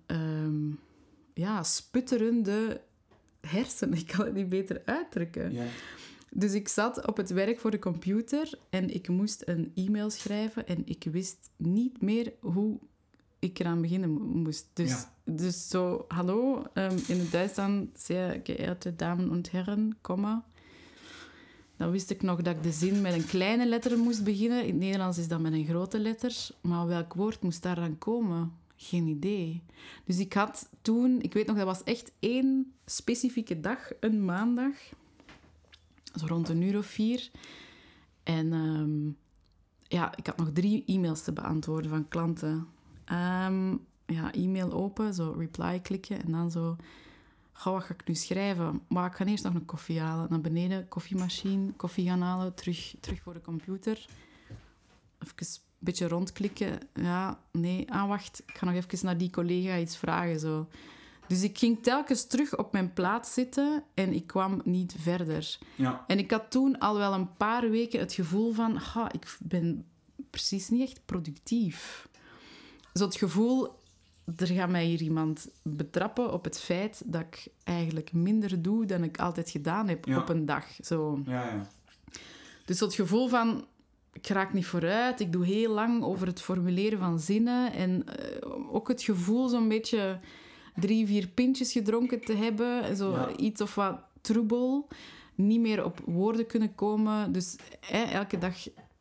sputterende hersenen. Ik kan het niet beter uitdrukken. Ja. Dus ik zat op het werk voor de computer en ik moest een e-mail schrijven en ik wist niet meer hoe ik eraan beginnen moest. Dus zo, hallo, in het Duits dan, sehr geehrte Damen und Herren, komma. Dan wist ik nog dat ik de zin met een kleine letter moest beginnen. In het Nederlands is dat met een grote letter. Maar welk woord moest daar dan komen? Geen idee. Dus ik had toen... Ik weet nog, dat was echt 1 specifieke dag, een maandag. Zo rond 4:00. En ik had nog 3 e-mails te beantwoorden van klanten. E-mail open, zo reply klikken en dan zo... wat ga ik nu schrijven? Maar ik ga eerst nog een koffie halen. Naar beneden, koffiemachine, koffie gaan halen, terug voor de computer. Even een beetje rondklikken. Wacht. Ik ga nog even naar die collega iets vragen. Zo. Dus ik ging telkens terug op mijn plaats zitten en ik kwam niet verder. Ja. En ik had toen al wel een paar weken het gevoel van... ik ben precies niet echt productief. Zo het gevoel... Er gaat mij hier iemand betrappen op het feit dat ik eigenlijk minder doe dan ik altijd gedaan heb op een dag. Zo. Ja. Dus het gevoel van... Ik raak niet vooruit. Ik doe heel lang over het formuleren van zinnen. En ook het gevoel zo'n beetje 3-4 pintjes gedronken te hebben. Zo iets of wat troebel. Niet meer op woorden kunnen komen. Dus elke dag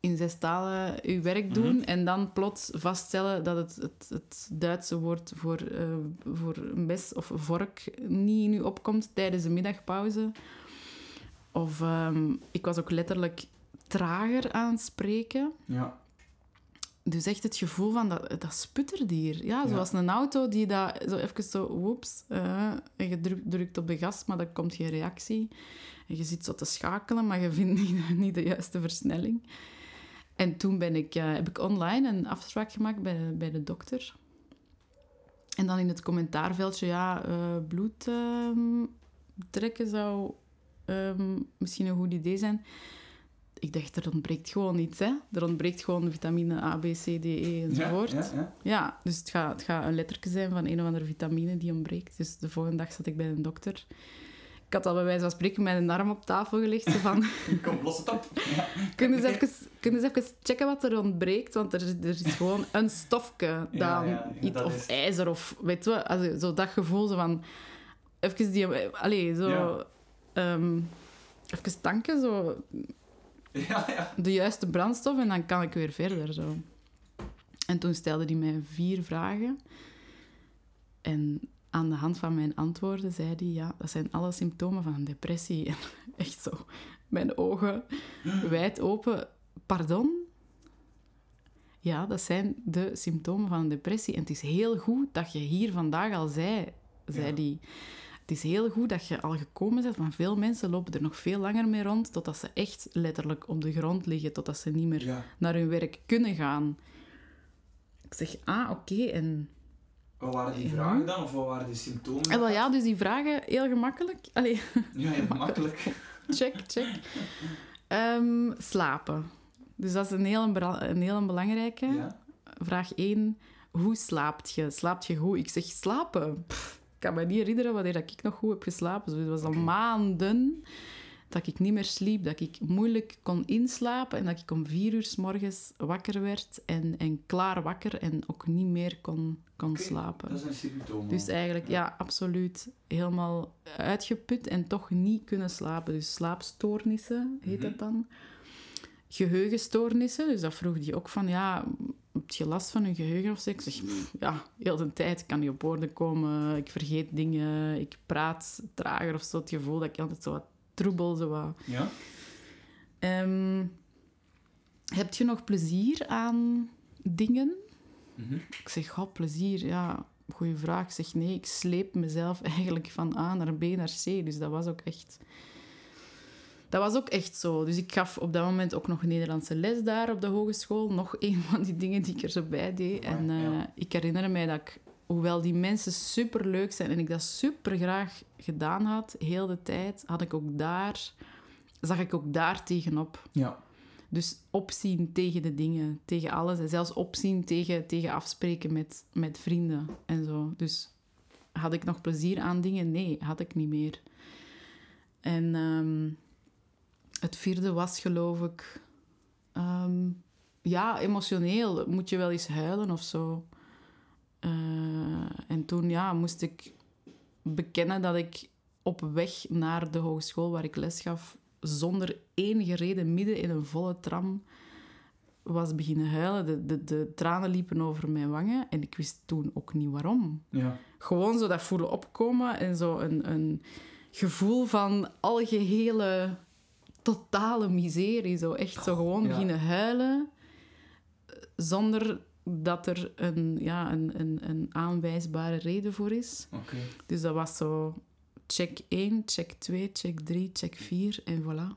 in 6 talen je werk doen en dan plots vaststellen dat het Duitse woord voor een mes of vork niet in je opkomt tijdens de middagpauze. Of ik was ook letterlijk trager aan het spreken. Ja. Dus echt het gevoel van dat sputterdier. Ja, zoals een auto die dat zo even zo... Woeps, en je drukt op de gas, maar er komt geen reactie. En je zit zo te schakelen, maar je vindt niet de juiste versnelling. En toen heb ik online een afspraak gemaakt bij de dokter. En dan in het commentaarveldje, bloed trekken zou misschien een goed idee zijn. Ik dacht, er ontbreekt gewoon iets, hè. Er ontbreekt gewoon vitamine A, B, C, D, E enzovoort. Ja, dus het gaat een letterke zijn van een of andere vitamine die ontbreekt. Dus de volgende dag zat ik bij een dokter. Ik had al bij wijze van spreken mijn arm op tafel gelegd. Zo van... Kom, los het op. Ja. Kun je eens even checken wat er ontbreekt? Want er is gewoon een stofje dat of is... ijzer of... Weet je, also, zo dat gevoel zo van... Even die... Allee, zo... Ja. Even tanken, zo... Ja. De juiste brandstof en dan kan ik weer verder. Zo. En toen stelde hij mij 4 vragen. En aan de hand van mijn antwoorden zei hij... dat zijn alle symptomen van een depressie. En echt zo, mijn ogen wijd open. Pardon? Ja, dat zijn de symptomen van een depressie. En het is heel goed dat je hier vandaag al zei hij... Het is heel goed dat je al gekomen bent, want veel mensen lopen er nog veel langer mee rond, totdat ze echt letterlijk op de grond liggen, totdat ze niet meer naar hun werk kunnen gaan. Ik zeg, oké, en... Wat waren die vragen dan? Of wat waren die symptomen? Dus die vragen, heel gemakkelijk. Allee, heel makkelijk. Check. Slapen. Dus dat is een heel belangrijke. Ja. Vraag 1. Hoe slaapt je? Slaapt je goed? Ik zeg, slapen? Ik kan me niet herinneren wanneer ik nog goed heb geslapen. Dus het was al maanden dat ik niet meer sliep, dat ik moeilijk kon inslapen en dat ik om 4 uur 's morgens wakker werd en klaar wakker en ook niet meer kon slapen. Dat is een symptoom. Dus eigenlijk, absoluut helemaal uitgeput en toch niet kunnen slapen. Dus slaapstoornissen heet dat dan. Geheugenstoornissen, dus dat vroeg die ook van, heb je last van je geheugen of zo? Ik zeg, heel de tijd, ik kan niet op woorden komen, ik vergeet dingen, ik praat trager of zo, het gevoel dat ik altijd zo wat troebel, zo wat... Ja? Heb je nog plezier aan dingen? Mm-hmm. Ik zeg, plezier, goeie vraag. Ik zeg, nee, ik sleep mezelf eigenlijk van A naar B naar C, dus dat was ook echt zo. Dus ik gaf op dat moment ook nog Nederlandse les daar op de hogeschool. Nog een van die dingen die ik er zo bij deed. En ik herinner mij dat ik, hoewel die mensen superleuk zijn en ik dat super graag gedaan had, heel de tijd, zag ik ook daar tegenop. Ja. Dus opzien tegen de dingen, tegen alles. En zelfs opzien tegen afspreken met vrienden en zo. Dus had ik nog plezier aan dingen? Nee, had ik niet meer. En... het 4e was, geloof ik... emotioneel. Moet je wel eens huilen of zo. En toen moest ik bekennen dat ik op weg naar de hogeschool waar ik les gaf, zonder enige reden, midden in een volle tram, was beginnen huilen. De tranen liepen over mijn wangen. En ik wist toen ook niet waarom. Ja. Gewoon zo dat voelen opkomen en zo een gevoel van algehele... totale miserie, zo echt zo gewoon beginnen huilen, zonder dat er een aanwijsbare reden voor is. Okay. Dus dat was zo check 1, check 2, check 3, check 4 en voilà.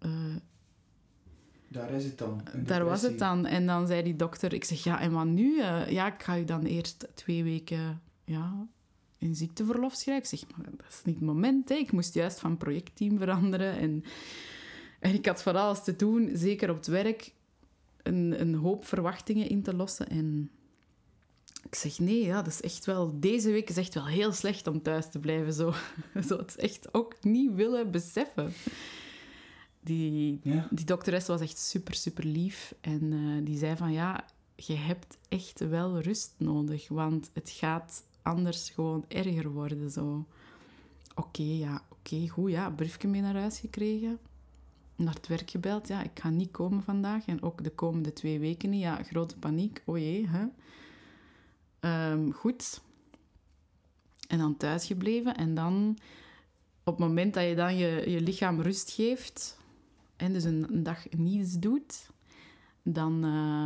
Daar is het dan. Daar was het dan. En dan zei die dokter, ik zeg, en wat nu? Ik ga je dan eerst 2 weken in ziekteverlof schrijven. Ik zeg, maar dat is niet het moment, hè. Ik moest juist van projectteam veranderen en ik had van alles te doen, zeker op het werk, een hoop verwachtingen in te lossen. En ik zeg, nee, dat is echt wel... Deze week is echt wel heel slecht om thuis te blijven. Zo het echt ook niet willen beseffen. Die dokteres was echt super, super lief. En die zei van, je hebt echt wel rust nodig, want het gaat anders gewoon erger worden. Zo. Oké, goed, briefje mee naar huis gekregen. naar het werk gebeld. Ja, ik ga niet komen vandaag. En ook de komende 2 weken niet. Ja, grote paniek. O jee, hè. Goed. En dan thuis gebleven. En dan, op het moment dat je dan je lichaam rust geeft... en dus een dag niets doet... dan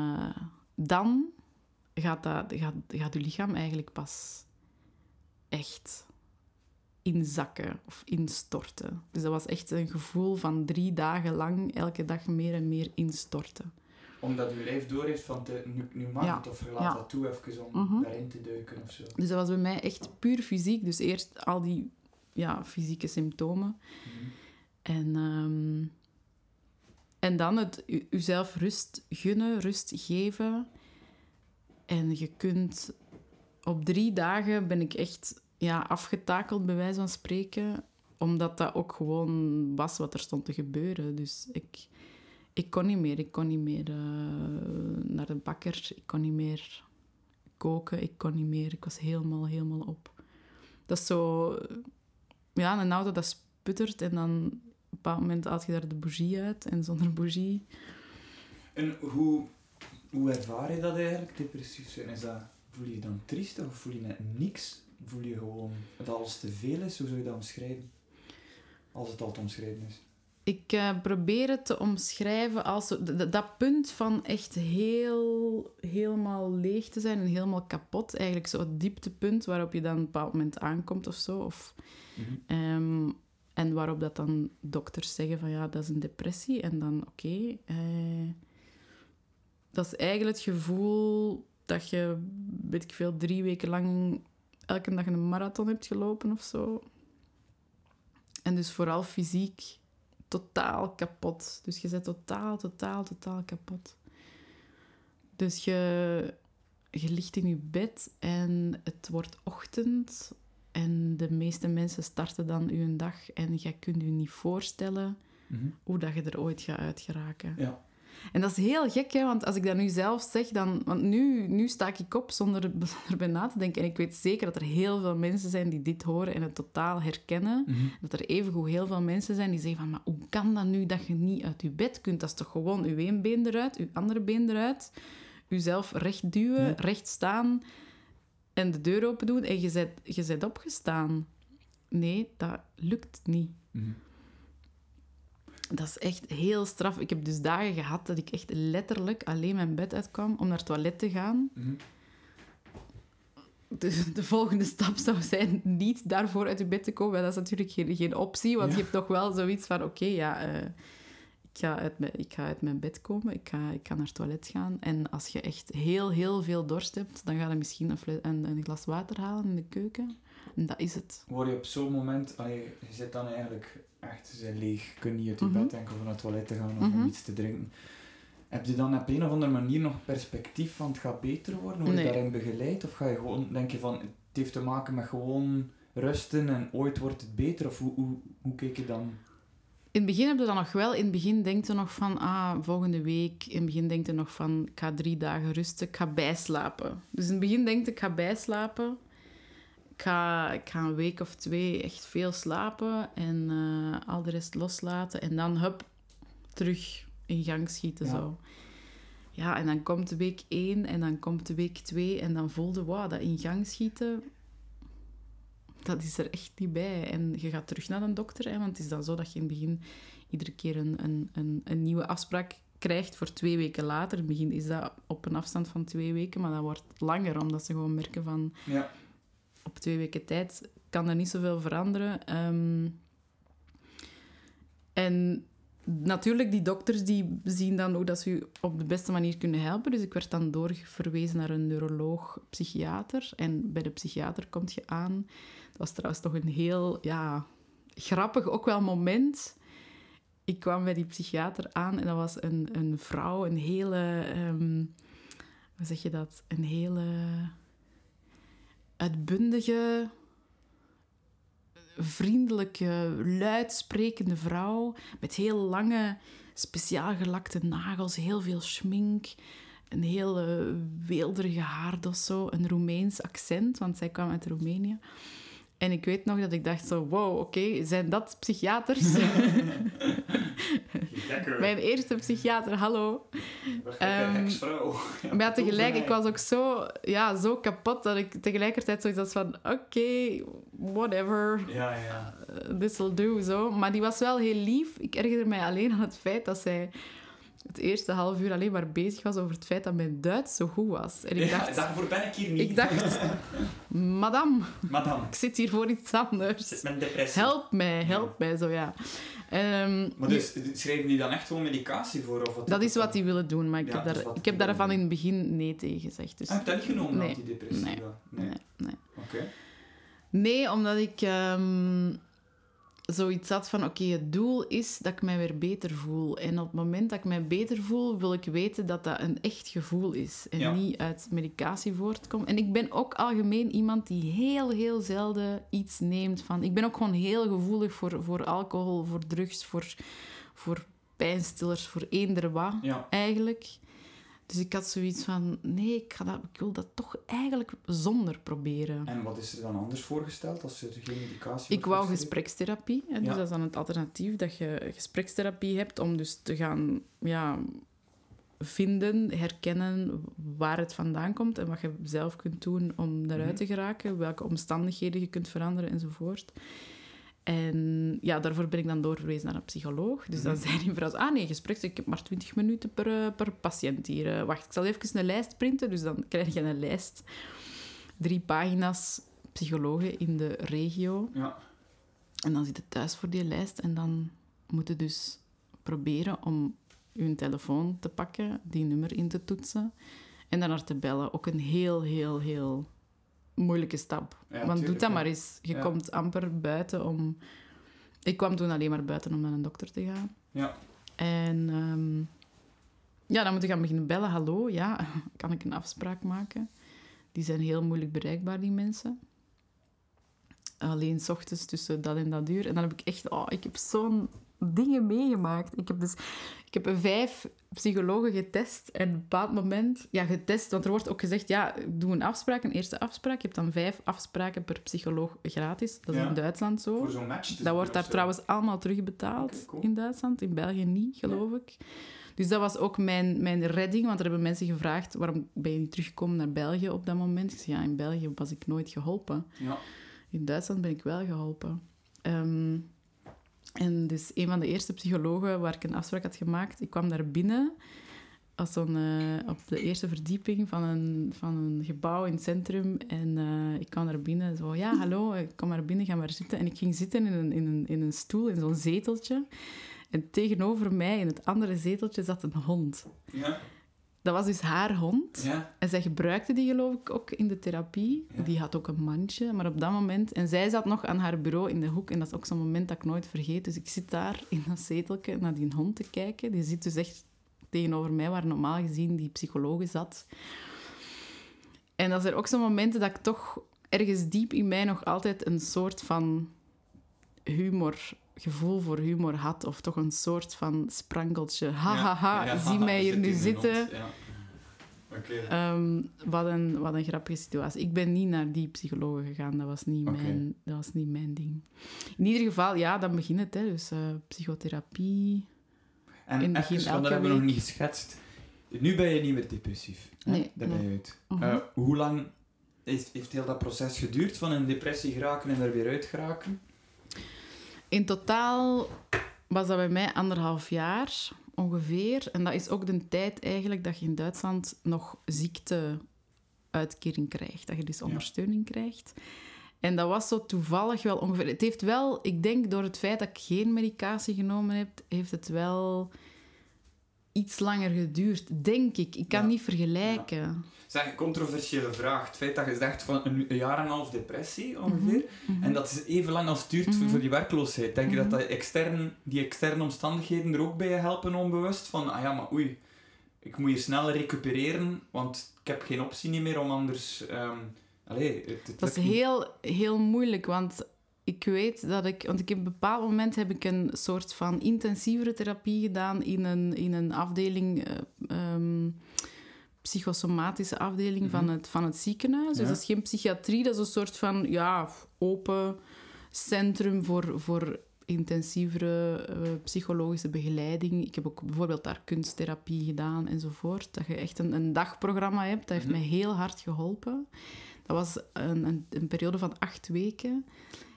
gaat je lichaam eigenlijk pas echt inzakken of instorten. Dus dat was echt een gevoel van 3 dagen lang elke dag meer en meer instorten. Omdat je lijf doorheeft van nu mag het, of je laat dat toe even om daarin te duiken of zo. Dus dat was bij mij echt puur fysiek. Dus eerst al die fysieke symptomen. En dan het jezelf rust gunnen, rust geven. En je kunt... Op 3 dagen ben ik echt afgetakeld, bij wijze van spreken. Omdat dat ook gewoon was wat er stond te gebeuren. Dus ik kon niet meer. Ik kon niet meer naar de bakker. Ik kon niet meer koken. Ik kon niet meer. Ik was helemaal op. Dat is zo... Ja, een auto dat sputtert en dan... Op een bepaald moment haal je daar de bougie uit. En zonder bougie... En hoe ervaar je dat eigenlijk, depressief zijn? Voel je je dan triestig of voel je net niks? Voel je gewoon dat alles te veel is? Hoe zou je dat omschrijven? Als het al te omschrijven is. Ik probeer het te omschrijven als... Dat punt van echt helemaal leeg te zijn en helemaal kapot. Eigenlijk zo het dieptepunt waarop je dan op een bepaald moment aankomt of zo. En waarop dat dan dokters zeggen van dat is een depressie. En dan oké. Dat is eigenlijk het gevoel dat je, weet ik veel, 3 weken lang elke dag een marathon hebt gelopen of zo. En dus vooral fysiek totaal kapot. Dus je bent totaal kapot. Dus je ligt in je bed en het wordt ochtend en de meeste mensen starten dan je dag en je kunt je niet voorstellen hoe dat je er ooit gaat uitgeraken. Ja. En dat is heel gek, hè, want als ik dat nu zelf zeg, dan... Want nu sta ik op zonder erbij na te denken. En ik weet zeker dat er heel veel mensen zijn die dit horen en het totaal herkennen. Dat er evengoed heel veel mensen zijn die zeggen van... Maar hoe kan dat nu dat je niet uit je bed kunt? Dat is toch gewoon je een been eruit, je andere been eruit. Jezelf recht duwen, recht staan en de deur open doen en je bent opgestaan. Nee, dat lukt niet. Dat is echt heel straf. Ik heb dus dagen gehad dat ik echt letterlijk alleen mijn bed uitkwam om naar het toilet te gaan. De volgende stap zou zijn niet daarvoor uit je bed te komen. Dat is natuurlijk geen optie, want je hebt toch wel zoiets van... Ik ga uit mijn bed komen, ik ga naar het toilet gaan. En als je echt heel veel dorst hebt, dan ga je misschien een glas water halen in de keuken. En dat is het. Word je op zo'n moment... je zit dan eigenlijk echt leeg. Je kunt niet uit je bed enkel om naar het toilet te gaan of om iets te drinken. Heb je dan op een of andere manier nog perspectief van het gaat beter worden? Word je daarin begeleid? Of ga je gewoon denken van... Het heeft te maken met gewoon rusten en ooit wordt het beter? Of hoe kijk je dan... In het begin heb je dat nog wel. In het begin denk je nog van, volgende week. In het begin denk je nog van, ik ga 3 dagen rusten. Ik ga bijslapen. Dus in het begin denk ik ga bijslapen. Ik ga een week of 2 echt veel slapen. En al de rest loslaten. En dan, terug in gang schieten. Zo. Ja, en dan komt de week 1 en dan komt de week 2. En dan voelde dat in gang schieten... Dat is er echt niet bij. En je gaat terug naar de dokter, want het is dan zo dat je in het begin iedere keer een nieuwe afspraak krijgt voor 2 weken later. In het begin is dat op een afstand van 2 weken, maar dat wordt langer, omdat ze gewoon merken van... Ja. Op 2 weken tijd kan er niet zoveel veranderen. En natuurlijk, die dokters die zien dan ook dat ze je op de beste manier kunnen helpen. Dus ik werd dan doorverwezen naar een neuroloog, psychiater. En bij de psychiater kom je aan... Dat was trouwens toch een heel grappig ook wel moment. Ik kwam bij die psychiater aan en dat was een vrouw, een hele... hoe zeg je dat? Een hele uitbundige, vriendelijke, luidsprekende vrouw met heel lange, speciaal gelakte nagels, heel veel schmink, een hele weelderige haardos, zo, een Roemeens accent, want zij kwam uit Roemenië. En ik weet nog dat ik dacht zo, wow, oké, zijn dat psychiaters? Mijn eerste psychiater, hallo. Heksvrouw. Maar tegelijk, ik was ook zo kapot dat ik tegelijkertijd zoiets had van... Oké, whatever. Ja. This will do, zo. Maar die was wel heel lief. Ik ergerde mij alleen aan het feit dat zij het eerste half uur alleen maar bezig was over het feit dat mijn Duits zo goed was. En ik dacht... daarvoor ben ik hier niet. Ik dacht... Madame, Madame. ik zit hier voor iets anders. Zit met depressie. Help mij, zo ja. Maar dus, schrijven die dan echt gewoon medicatie voor? Of wat Dat is wat die willen doen, maar ik heb daarvan in het begin nee tegen gezegd. Dus... Heb je dat niet genomen, Nee. antidepressiva? Nee. Oké. Nee, omdat ik zoiets had van... Oké, het doel is dat ik mij weer beter voel. En op het moment dat ik mij beter voel, wil ik weten dat dat een echt gevoel is. En niet uit medicatie voortkomt. En ik ben ook algemeen iemand die heel, heel zelden iets neemt van... Ik ben ook gewoon heel gevoelig voor alcohol, voor drugs, voor pijnstillers, voor eender wat, eigenlijk. Dus ik had zoiets van... Nee, ik wil dat toch eigenlijk zonder proberen. En wat is er dan anders voorgesteld als er geen medicatie Ik wou gesprekstherapie. Hè, dus dat is dan het alternatief. Dat je gesprekstherapie hebt om dus te gaan vinden, herkennen waar het vandaan komt en wat je zelf kunt doen om daaruit te geraken. Welke omstandigheden je kunt veranderen enzovoort. En daarvoor ben ik dan doorverwezen naar een psycholoog. Dus dan zei die vrouw... nee, ik heb maar 20 minuten per patiënt hier. Wacht, ik zal even een lijst printen. Dus dan krijg je een lijst. 3 pagina's psychologen in de regio. Ja. En dan zit je thuis voor die lijst. En dan moet je dus proberen om je telefoon te pakken, die nummer in te toetsen en daarnaar te bellen. Ook een heel, heel, heel... moeilijke stap. Ja, want doe dat maar eens. Je komt amper buiten om... Ik kwam toen alleen maar buiten om naar een dokter te gaan. Ja. En dan moet je gaan beginnen bellen. Hallo, kan ik een afspraak maken? Die zijn heel moeilijk bereikbaar, die mensen. Alleen 's ochtends tussen dat en dat uur. En dan heb ik echt... ik heb zo'n dingen meegemaakt. Ik heb 5 psychologen getest en op een bepaald moment... getest, want er wordt ook gezegd, doe een afspraak, een eerste afspraak. Je hebt dan 5 afspraken per psycholoog gratis. Dat is in Duitsland zo. Voor zo'n match. Dat wordt daar trouwens allemaal terugbetaald in Duitsland. In België niet, geloof ik. Dus dat was ook mijn redding, want er hebben mensen gevraagd, waarom ben je niet teruggekomen naar België op dat moment? Ik zei, in België was ik nooit geholpen. Ja. In Duitsland ben ik wel geholpen. En dus een van de eerste psychologen waar ik een afspraak had gemaakt, ik kwam daar binnen als op de eerste verdieping van een gebouw in het centrum. En ik kwam daar binnen, zo, hallo, ik kom maar binnen, ga maar zitten. En ik ging zitten in een stoel, in zo'n zeteltje. En tegenover mij, in het andere zeteltje, zat een hond. Ja. Dat was dus haar hond. Ja. En zij gebruikte die, geloof ik, ook in de therapie. Ja. Die had ook een mandje, maar op dat moment... En zij zat nog aan haar bureau in de hoek. En dat is ook zo'n moment dat ik nooit vergeet. Dus ik zit daar in dat zeteltje naar die hond te kijken. Die zit dus echt tegenover mij, waar normaal gezien die psycholoog zat. En dat is er ook zo'n momenten dat ik toch ergens diep in mij nog altijd een soort van gevoel voor humor had, of toch een soort van sprankeltje. Zie mij hier nu zitten. Ja. Okay. Wat een grappige situatie. Ik ben niet naar die psycholoog gegaan, dat was niet mijn ding. In ieder geval, dan begint het. Hè. Dus psychotherapie. En in het begin, want dat hebben we nog niet geschetst. Nu ben je niet meer depressief. Nee. Daar ben je uit. Uh-huh. Hoe lang heeft heel dat proces geduurd van in een depressie geraken en er weer uit geraken? In totaal was dat bij mij 1,5 jaar ongeveer. En dat is ook de tijd eigenlijk dat je in Duitsland nog ziekteuitkering krijgt. Dat je dus ondersteuning krijgt. En dat was zo toevallig wel ongeveer... Het heeft wel, ik denk door het feit dat ik geen medicatie genomen heb, heeft het wel iets langer geduurd, denk ik. Ik kan niet vergelijken. Ja. Zeg, een controversiële vraag. Het feit dat je zegt van een jaar en een half depressie ongeveer, en dat is even lang als het duurt voor die werkloosheid. Denk je dat die externe omstandigheden er ook bij je helpen onbewust? Van, maar oei, ik moet hier snel recupereren, want ik heb geen optie meer om anders... dat is heel, heel moeilijk, want ik weet dat want op een bepaald moment heb ik een soort van intensievere therapie gedaan in een afdeling... psychosomatische afdeling van het ziekenhuis. Dus dat is geen psychiatrie, dat is een soort van open centrum voor intensievere psychologische begeleiding. Ik heb ook bijvoorbeeld daar kunsttherapie gedaan enzovoort. Dat je echt een dagprogramma hebt, dat heeft mij heel hard geholpen. Dat was een periode van 8 weken.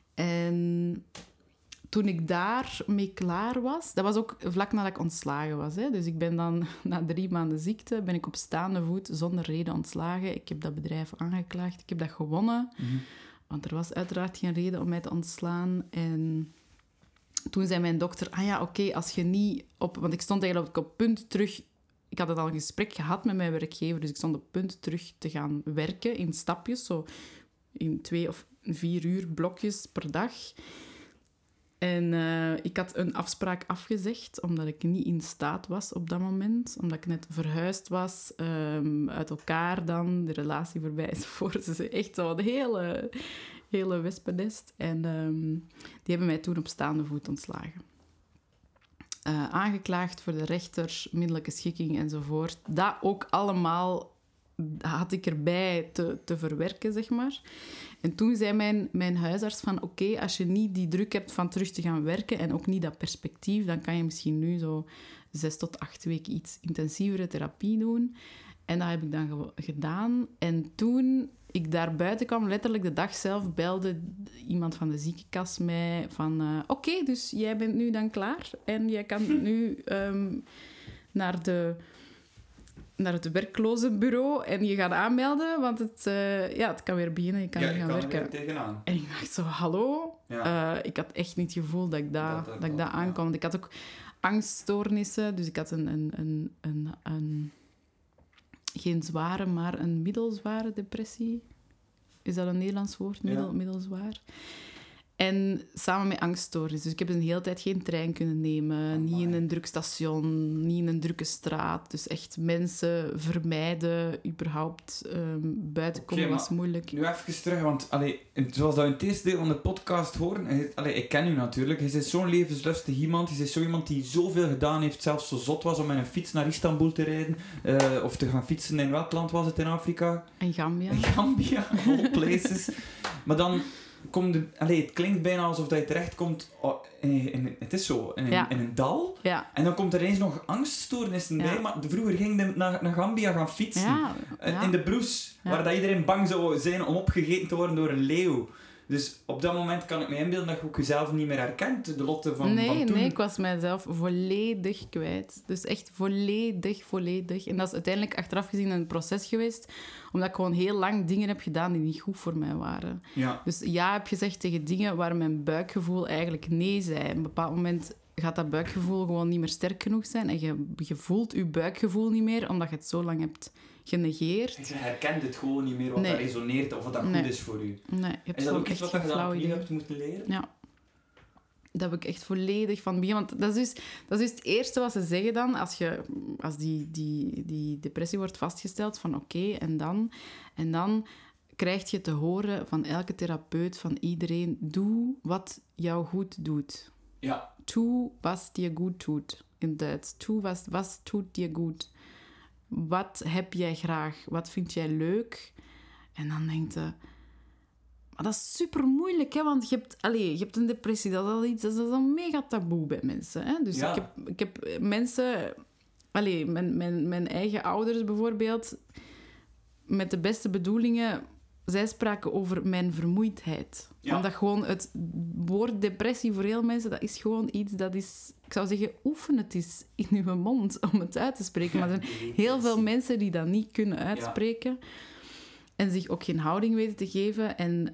En toen ik daarmee klaar was... Dat was ook vlak nadat ik ontslagen was. Hè. Dus ik ben dan, na 3 maanden ziekte, ben ik op staande voet zonder reden ontslagen. Ik heb dat bedrijf aangeklaagd. Ik heb dat gewonnen. Want er was uiteraard geen reden om mij te ontslaan. En toen zei mijn dokter... oké, als je niet op... Want ik stond eigenlijk op punt terug... Ik had al een gesprek gehad met mijn werkgever, dus ik stond op punt terug te gaan werken in stapjes, zo in 2 of 4 uur blokjes per dag. En ik had een afspraak afgezegd, omdat ik niet in staat was op dat moment. Omdat ik net verhuisd was, uit elkaar dan, de relatie voorbij enzovoort. Dus echt zo een hele wespennest. En die hebben mij toen op staande voet ontslagen. Aangeklaagd voor de rechter, middelijke schikking enzovoort. Dat ook allemaal had ik erbij te verwerken, zeg maar. En toen zei mijn huisarts van... Oké, als je niet die druk hebt van terug te gaan werken en ook niet dat perspectief, dan kan je misschien nu zo 6 tot 8 weken iets intensievere therapie doen. En dat heb ik dan gedaan. En toen ik daar buiten kwam, letterlijk de dag zelf, belde iemand van de ziekenkas mij van... Oké, dus jij bent nu dan klaar en jij kan nu naar het werklozenbureau en je gaat aanmelden, want het kan weer beginnen, je kan weer gaan werken. Er tegenaan. En ik dacht zo, hallo? Ja. Ik had echt niet het gevoel dat ik dat aankwam. Want ik had ook angststoornissen, dus ik had een geen zware, maar een middelzware depressie. Is dat een Nederlands woord? Middelzwaar. En samen met angststoornis. Dus ik heb een hele tijd geen trein kunnen nemen. Niet in een druk station, niet in een drukke straat. Dus echt mensen vermijden. Überhaupt buiten komen was moeilijk. Nu even terug, want zoals dat we in het eerste deel van de podcast horen... ik ken u natuurlijk. Je bent zo'n levenslustig iemand. Je bent zo iemand die zoveel gedaan heeft, zelfs zo zot was om met een fiets naar Istanbul te rijden. Of te gaan fietsen in welk land was het in Afrika? In Gambia. In Gambia, of all places. Maar dan... het klinkt bijna alsof dat je terechtkomt het is zo, in een dal. Ja. En dan komt er eens nog angststoornissen bij. Maar vroeger ging je naar Gambia gaan fietsen. In de broes. Waar dat iedereen bang zou zijn om opgegeten te worden door een leeuw. Dus op dat moment kan ik me inbeelden dat je ook jezelf niet meer herkent. De Lotte van toen. Nee, ik was mijzelf volledig kwijt. Dus echt volledig. En dat is uiteindelijk achteraf gezien een proces geweest. Omdat ik gewoon heel lang dingen heb gedaan die niet goed voor mij waren. Ja. Dus ja heb gezegd tegen dingen waar mijn buikgevoel eigenlijk nee zei. Op een bepaald moment gaat dat buikgevoel gewoon niet meer sterk genoeg zijn. En je voelt je buikgevoel niet meer, omdat je het zo lang hebt genegeerd. Je herkent het gewoon niet meer wat dat resoneert of wat dat goed is voor u. Nee, is dat ook iets wat je dan opnieuw hebt moeten leren? Ja. Dat heb ik echt volledig van begin. Want dat is dus het eerste wat ze zeggen dan, als die depressie wordt vastgesteld, van oké, en dan krijg je te horen van elke therapeut, van iedereen, doe wat jou goed doet. Ja. Tu, was dir gut tut. In Duits. Tu, was tut dir gut. Wat heb jij graag? Wat vind jij leuk? En dan denkt je... Maar dat is super moeilijk, hè? Want je hebt een depressie. Dat is al iets, dat is een mega taboe bij mensen. Hè? Dus ik heb mensen... Mijn eigen ouders bijvoorbeeld... Met de beste bedoelingen... Zij spraken over mijn vermoeidheid. Ja. Omdat gewoon het woord depressie voor heel mensen... Dat is gewoon iets dat is... Ik zou zeggen, oefen het eens in uw mond om het uit te spreken. Maar er zijn heel veel mensen die dat niet kunnen uitspreken. Ja. En zich ook geen houding weten te geven. En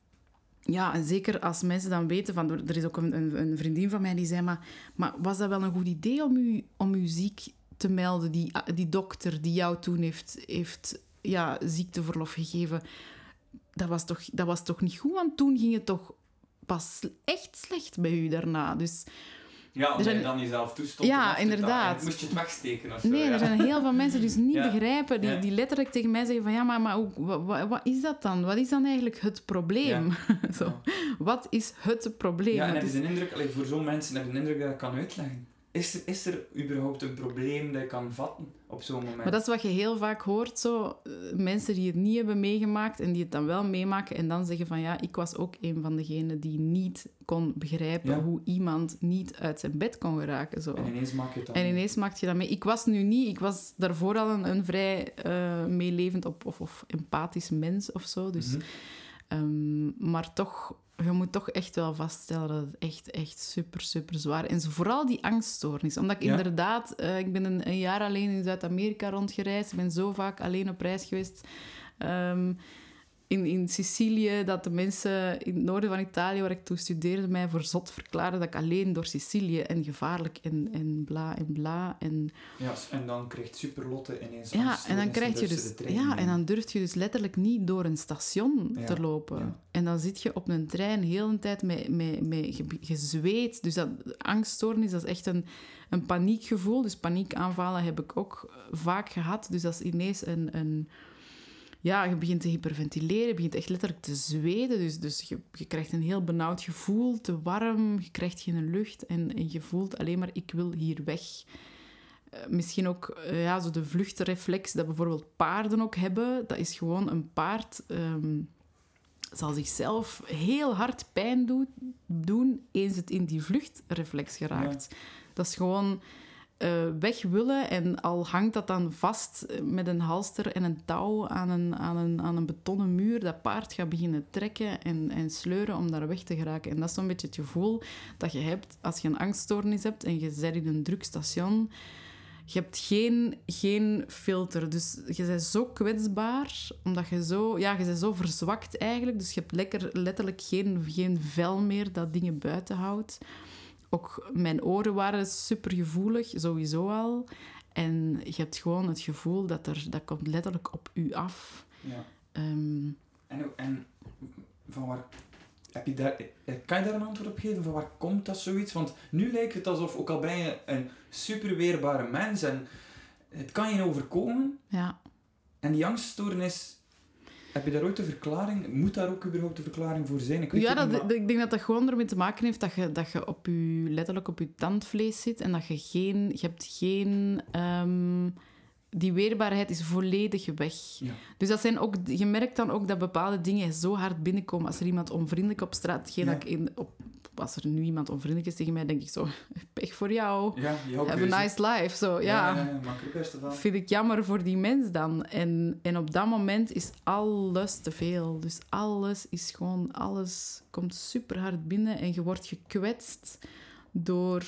zeker als mensen dan weten... Er is ook een vriendin van mij die zei... Maar was dat wel een goed idee om u ziek te melden? Die dokter die jou toen heeft ziekteverlof gegeven... Dat was toch niet goed? Want toen ging het toch pas echt slecht bij u daarna. Dus... Ja, omdat je dan jezelf toestond. Ja, inderdaad. Moest je het wegsteken of zo. Nee, er zijn heel veel mensen die dus niet begrijpen, die letterlijk tegen mij zeggen van ja, maar wat is dat dan? Wat is dan eigenlijk het probleem? Ja. Zo. Ja. Wat is het probleem? Ja, en heb je de indruk, voor zo'n mensen heb je de indruk dat ik kan uitleggen. Is er überhaupt een probleem dat je kan vatten op zo'n moment? Maar dat is wat je heel vaak hoort, zo. Mensen die het niet hebben meegemaakt en die het dan wel meemaken en dan zeggen van ja, ik was ook een van degenen die niet kon begrijpen hoe iemand niet uit zijn bed kon geraken. Zo. En ineens maak je het dan. En ineens maak je dat mee. Ik was daarvoor al een vrij meelevend of empathisch mens of zo. Dus, maar toch, je moet toch echt wel vaststellen dat het echt super, super zwaar is. En vooral die angststoornis. Omdat ik inderdaad... ik ben een jaar alleen in Zuid-Amerika rondgereisd. Ik ben zo vaak alleen op reis geweest. In Sicilië, dat de mensen in het noorden van Italië, waar ik toen studeerde, mij voor zot verklaarden dat ik alleen door Sicilië en gevaarlijk en bla en bla. En dan krijgt Superlotte ineens en dan krijg je dus... en dan durf je dus letterlijk niet door een station te lopen. Ja. En dan zit je op een trein heel de tijd met gezweet. Dus dat angststoornis, dat is echt een paniekgevoel. Dus paniekaanvallen heb ik ook vaak gehad. Dus dat is ineens je begint te hyperventileren, je begint echt letterlijk te zweten. Dus je krijgt een heel benauwd gevoel, te warm, je krijgt geen lucht en je voelt alleen maar, ik wil hier weg. Misschien ook zo de vluchtreflex dat bijvoorbeeld paarden ook hebben. Dat is gewoon een paard zal zichzelf heel hard pijn doen eens het in die vluchtreflex geraakt. Ja. Dat is gewoon... weg willen en al hangt dat dan vast met een halster en een touw aan een betonnen muur, dat paard gaat beginnen trekken en sleuren om daar weg te geraken. En dat is zo'n beetje het gevoel dat je hebt als je een angststoornis hebt en je zit in een druk station. Je hebt geen filter, dus je bent zo kwetsbaar, omdat je bent zo verzwakt eigenlijk, dus je hebt letterlijk geen vel meer dat dingen buiten houdt. Ook mijn oren waren supergevoelig, sowieso al. En je hebt gewoon het gevoel dat komt letterlijk op u af. Ja. En van waar... kan je daar een antwoord op geven? Van waar komt dat zoiets? Want nu lijkt het alsof, ook al ben je een super weerbare mens en het kan je overkomen. Ja. En die angststoornis... Heb je daar ooit een verklaring? Moet daar ook überhaupt een verklaring voor zijn? Ik denk dat dat gewoon ermee te maken heeft dat je letterlijk op je tandvlees zit en dat je hebt geen... die weerbaarheid is volledig weg. Ja. Dus dat zijn ook, je merkt dan ook dat bepaalde dingen zo hard binnenkomen. Als er iemand onvriendelijk op straat... Als er nu iemand onvriendelijk is tegen mij, denk ik zo... Pech voor jou. Ja, have a nice life. Zo, maak er het beste van. Vind ik jammer voor die mens dan. En op dat moment is alles te veel. Dus alles komt super hard binnen en je wordt gekwetst door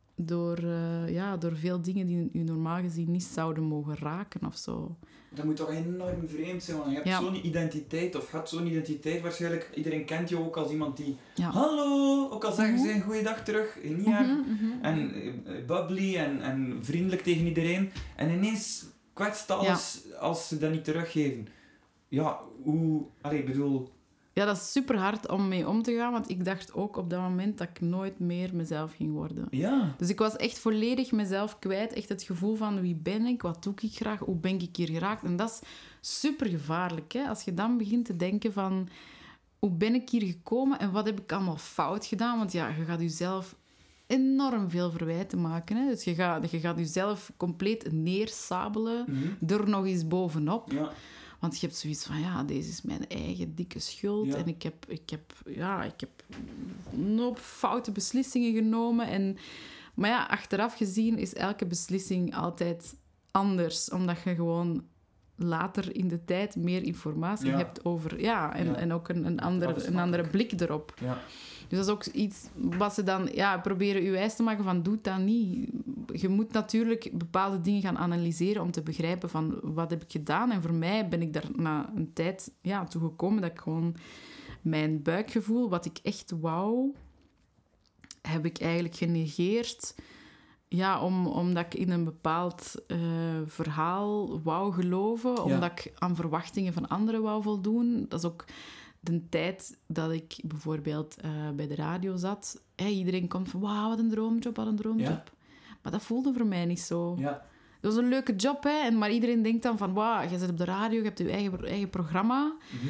veel dingen die je normaal gezien niet zouden mogen raken of zo. Dat moet toch enorm vreemd zijn, want je hebt zo'n identiteit, of had zo'n identiteit waarschijnlijk. Iedereen kent je ook als iemand die... Ja. Hallo! Ook al zeggen ze een goeiedag terug, niet erg. En bubbly en vriendelijk tegen iedereen. En ineens kwetst alles als ze dat niet teruggeven. Ja, hoe... Allee, ik bedoel... Ja, dat is super hard om mee om te gaan, want ik dacht ook op dat moment dat ik nooit meer mezelf ging worden. Ja. Dus ik was echt volledig mezelf kwijt. Echt het gevoel van wie ben ik, wat doe ik graag, hoe ben ik hier geraakt. En dat is super gevaarlijk, hè? Als je dan begint te denken van hoe ben ik hier gekomen en wat heb ik allemaal fout gedaan. Want je gaat jezelf enorm veel verwijten maken. Hè? Dus je gaat jezelf compleet neersabelen er nog eens bovenop. Ja. Want je hebt zoiets van, deze is mijn eigen dikke schuld. Ja. En ik heb een hoop foute beslissingen genomen. Maar achteraf gezien is elke beslissing altijd anders. Omdat je gewoon later in de tijd meer informatie hebt over... En ook een andere blik erop. Ja. Dus dat is ook iets wat ze dan proberen u wijs te maken van doe dat niet. Je moet natuurlijk bepaalde dingen gaan analyseren om te begrijpen van wat heb ik gedaan. En voor mij ben ik daar na een tijd toe gekomen dat ik gewoon mijn buikgevoel, wat ik echt wou, heb ik eigenlijk genegeerd. Ja, omdat ik in een bepaald verhaal wou geloven. Omdat ik aan verwachtingen van anderen wou voldoen. Dat is ook... De tijd dat ik bijvoorbeeld bij de radio zat, iedereen komt van, wauw, wat een droomjob. Ja. Maar dat voelde voor mij niet zo. Ja. Dat was een leuke job, maar iedereen denkt dan van, wauw, je zit op de radio, je hebt je eigen programma.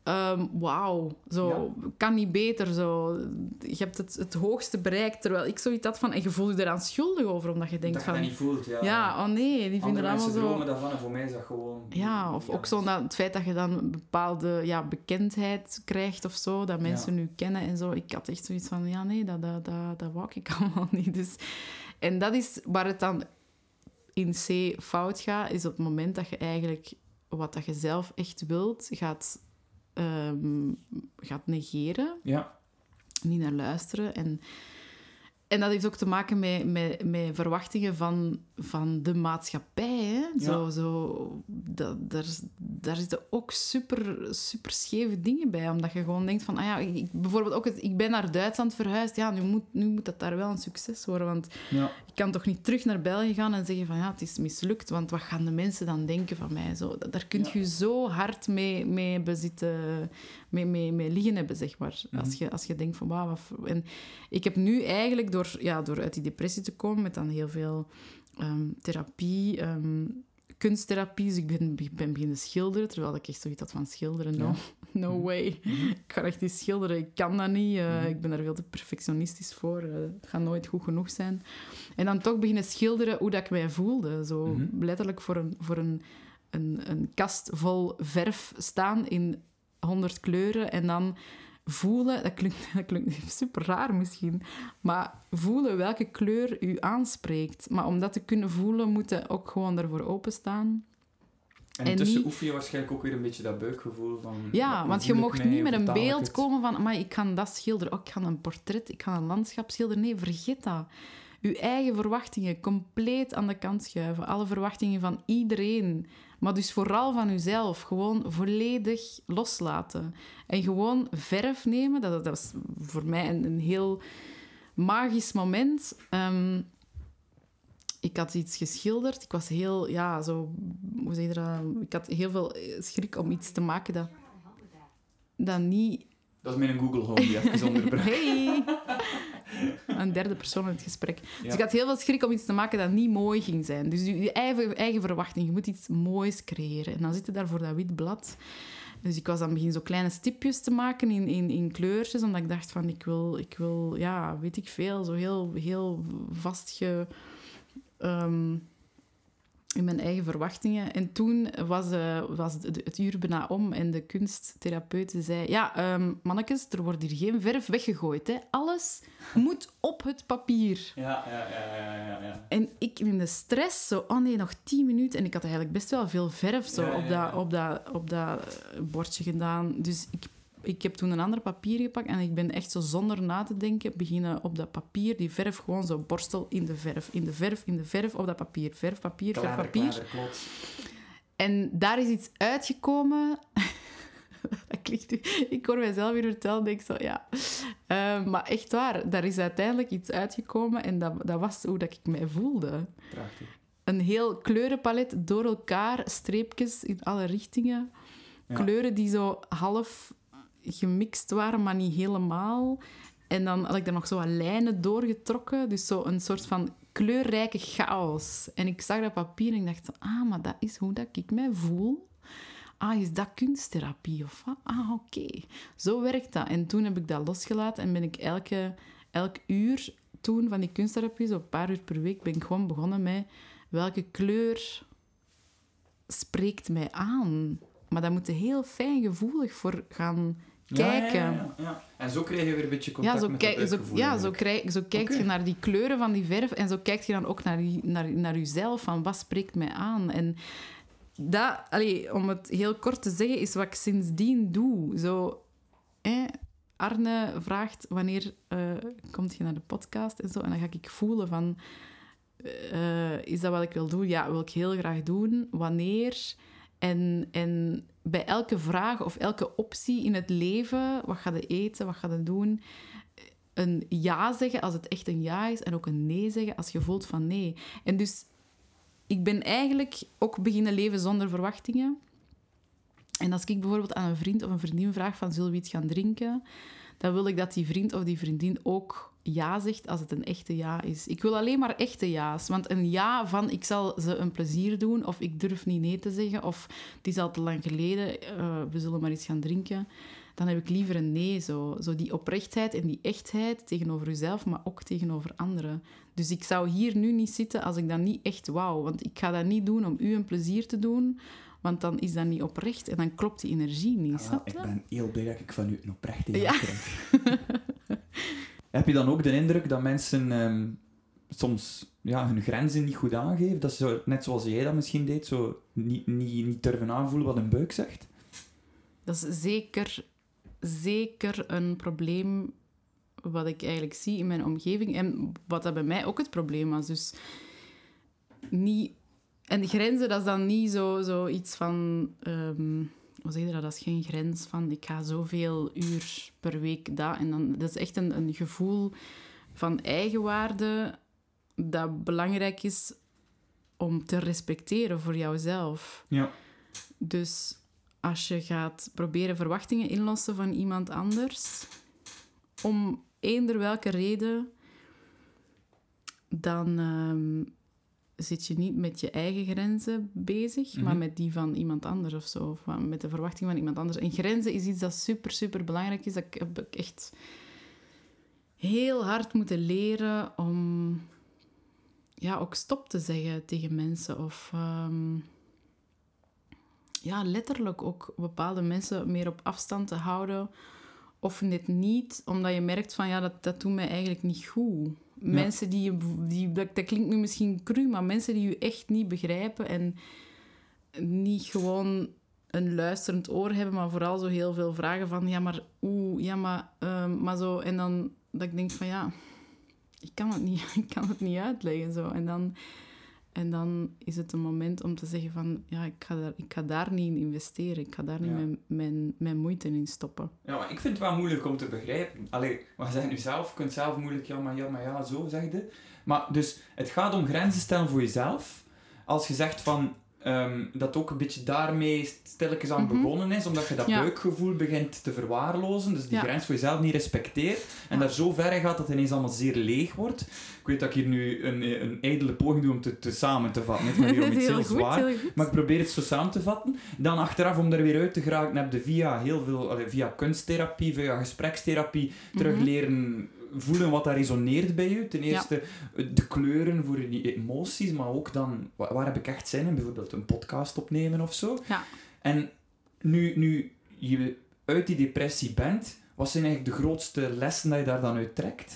wauw, zo, kan niet beter. Zo. Je hebt het hoogste bereikt, terwijl ik zoiets had van... En je voelt je eraan schuldig over, omdat je denkt dat van... je dat niet voelt, ja. Ja, oh nee, die vinden allemaal zo... dromen daarvan en voor mij is dat gewoon... Ja, of ook zo het feit dat je dan een bepaalde bekendheid krijgt of zo, dat mensen nu kennen en zo. Ik had echt zoiets van, ja nee, dat wou ik allemaal niet. Dus, en dat is waar het dan in C fout gaat, is op het moment dat je eigenlijk wat dat je zelf echt wilt, gaat negeren. Ja. Niet naar luisteren. En dat heeft ook te maken met verwachtingen van de maatschappij. Hè? Ja. Daar zitten ook super, super scheve dingen bij. Omdat je gewoon denkt van... bijvoorbeeld ook ik ben naar Duitsland verhuisd. Ja, nu moet dat daar wel een succes worden. Want ik kan toch niet terug naar België gaan en zeggen van... Ja, het is mislukt. Want wat gaan de mensen dan denken van mij? Zo, daar kun je zo hard mee bezitten... Mee liggen hebben, zeg maar. Als je denkt van... Wauw, en ik heb nu eigenlijk door uit die depressie te komen, met dan heel veel therapie, kunsttherapie. Dus ik ben beginnen schilderen, terwijl ik echt zoiets had van schilderen. No way. Ik ga echt niet schilderen. Ik kan dat niet. Ik ben daar veel te perfectionistisch voor. Het gaat nooit goed genoeg zijn. En dan toch beginnen schilderen hoe dat ik mij voelde. Zo letterlijk voor een kast vol verf staan in 100 kleuren en dan voelen, dat klinkt super raar misschien, maar voelen welke kleur u aanspreekt. Maar om dat te kunnen voelen, moet je ook gewoon ervoor openstaan. En intussen oefen je waarschijnlijk ook weer een beetje dat buikgevoel van... Ja, want je mocht niet met een beeld komen van... Maar ik kan dat schilderen, ik kan een portret, ik kan een landschap schilderen. Nee, vergeet dat. Uw eigen verwachtingen compleet aan de kant schuiven. Alle verwachtingen van iedereen. Maar dus vooral van uzelf. Gewoon volledig loslaten. En gewoon verf nemen. Dat was voor mij een heel magisch moment. Ik had iets geschilderd. Ik was heel... Ja, zo... Hoe zeg je dat? Ik had heel veel schrik om iets te maken dat niet... Dat is mijn Google Home die even onderbrengt. Hey! Een derde persoon in het gesprek. Dus ik had heel veel schrik om iets te maken dat niet mooi ging zijn. Dus je eigen verwachting. Je moet iets moois creëren. En dan zit je daar voor dat wit blad. Dus ik was aan het begin zo kleine stipjes te maken in kleurtjes, omdat ik dacht van, ik wil ja, weet ik veel, zo heel vastge... in mijn eigen verwachtingen. En toen was het uur bijna om en de kunsttherapeut zei... Ja, mannetjes, er wordt hier geen verf weggegooid. Hè. Alles moet op het papier. Ja. En ik in de stress, zo... Oh nee, nog 10 minuten. En ik had eigenlijk best wel veel verf zo op dat bordje gedaan. Dus ik heb toen een ander papier gepakt en ik ben echt zo zonder na te denken beginnen op dat papier, die verf gewoon zo borstel in de verf, op dat papier. Verf, papier. Klopt. En daar is iets uitgekomen. Dat klinkt... Ik hoor mijzelf weer vertellen en denk zo, ja. Maar echt waar, daar is uiteindelijk iets uitgekomen en dat was hoe dat ik mij voelde. Prachtig. Een heel kleurenpalet door elkaar, streepjes in alle richtingen. Ja. Kleuren die zo half gemixt waren, maar niet helemaal. En dan had ik er nog zo wat lijnen doorgetrokken. Dus zo een soort van kleurrijke chaos. En ik zag dat papier en ik dacht, maar dat is hoe dat ik mij voel. Is dat kunsttherapie of wat? Oké. Zo werkt dat. En toen heb ik dat losgelaten en ben ik elk uur toen van die kunsttherapie, zo een paar uur per week, ben ik gewoon begonnen met welke kleur spreekt mij aan. Maar daar moet je heel fijngevoelig voor gaan kijken. Ja. En zo krijg je weer een beetje contact met dat buikgevoel. Zo kijk je naar die kleuren van die verf en zo kijk je dan ook naar jezelf, van wat spreekt mij aan. En dat, om het heel kort te zeggen, is wat ik sindsdien doe. Zo, Arne vraagt wanneer komt je naar de podcast en zo. En dan ga ik voelen van... is dat wat ik wil doen? Ja, wil ik heel graag doen. Wanneer? En bij elke vraag of elke optie in het leven, wat ga je eten, wat ga je doen, een ja zeggen als het echt een ja is en ook een nee zeggen als je voelt van nee. En dus ik ben eigenlijk ook beginnen leven zonder verwachtingen. En als ik bijvoorbeeld aan een vriend of een vriendin vraag van zullen we iets gaan drinken, dan wil ik dat die vriend of die vriendin ook ja zegt als het een echte ja is. Ik wil alleen maar echte ja's. Want een ja van ik zal ze een plezier doen of ik durf niet nee te zeggen of het is al te lang geleden, we zullen maar iets gaan drinken. Dan heb ik liever een nee. Zo die oprechtheid en die echtheid tegenover uzelf, maar ook tegenover anderen. Dus ik zou hier nu niet zitten als ik dat niet echt wou. Want ik ga dat niet doen om u een plezier te doen, want dan is dat niet oprecht en dan klopt die energie niet. Snap je? Ik ben heel blij dat ik van u een oprechte ja Ja. krijg. Heb je dan ook de indruk dat mensen soms hun grenzen niet goed aangeven? Dat ze, net zoals jij dat misschien deed, zo niet durven aanvoelen wat een buik zegt? Dat is zeker een probleem wat ik eigenlijk zie in mijn omgeving. En wat dat bij mij ook het probleem was. Dus niet... En de grenzen, dat is dan niet zo iets van... hoe zeg je dat? Dat is geen grens van ik ga zoveel uur per week dat. En dan, dat is echt een gevoel van eigenwaarde dat belangrijk is om te respecteren voor jouzelf. Ja. Dus als je gaat proberen verwachtingen inlossen van iemand anders, om eender welke reden, dan zit je niet met je eigen grenzen bezig, maar met die van iemand anders of zo. Of met de verwachting van iemand anders. En grenzen is iets dat super, super belangrijk is. Dat heb ik echt heel hard moeten leren om ook stop te zeggen tegen mensen. Of letterlijk ook bepaalde mensen meer op afstand te houden. Of net niet, omdat je merkt van dat doet mij eigenlijk niet goed. Ja. Mensen dat klinkt nu misschien cru, maar mensen die je echt niet begrijpen en niet gewoon een luisterend oor hebben, maar vooral zo heel veel vragen van maar zo. En dan dat ik denk van ik kan het niet uitleggen zo. En dan is het een moment om te zeggen van ik ga daar niet in investeren. Ik ga daar niet mijn moeite in stoppen. Ja, maar ik vind het wel moeilijk om te begrijpen. Allee, wat zeg je nu zelf? Je kunt zelf moeilijk zo zeg je. Maar dus, het gaat om grenzen stellen voor jezelf. Als je zegt van... dat ook een beetje daarmee stilletjes aan begonnen is, omdat je dat buikgevoel begint te verwaarlozen, dus die grens voor jezelf niet respecteert, en daar zo ver gaat dat het ineens allemaal zeer leeg wordt. Ik weet dat ik hier nu een ijdele poging doe om te samen te vatten. Het is maar weer om iets heel zwaar, maar ik probeer het zo samen te vatten. Dan achteraf, om er weer uit te geraken, heb je via kunsttherapie, via gesprekstherapie, terug leren voelen wat dat resoneert bij je. Ten eerste de kleuren voor die emoties, maar ook dan, waar heb ik echt zin in? Bijvoorbeeld een podcast opnemen of zo. Ja. En nu je uit die depressie bent, wat zijn eigenlijk de grootste lessen dat je daar dan uit trekt?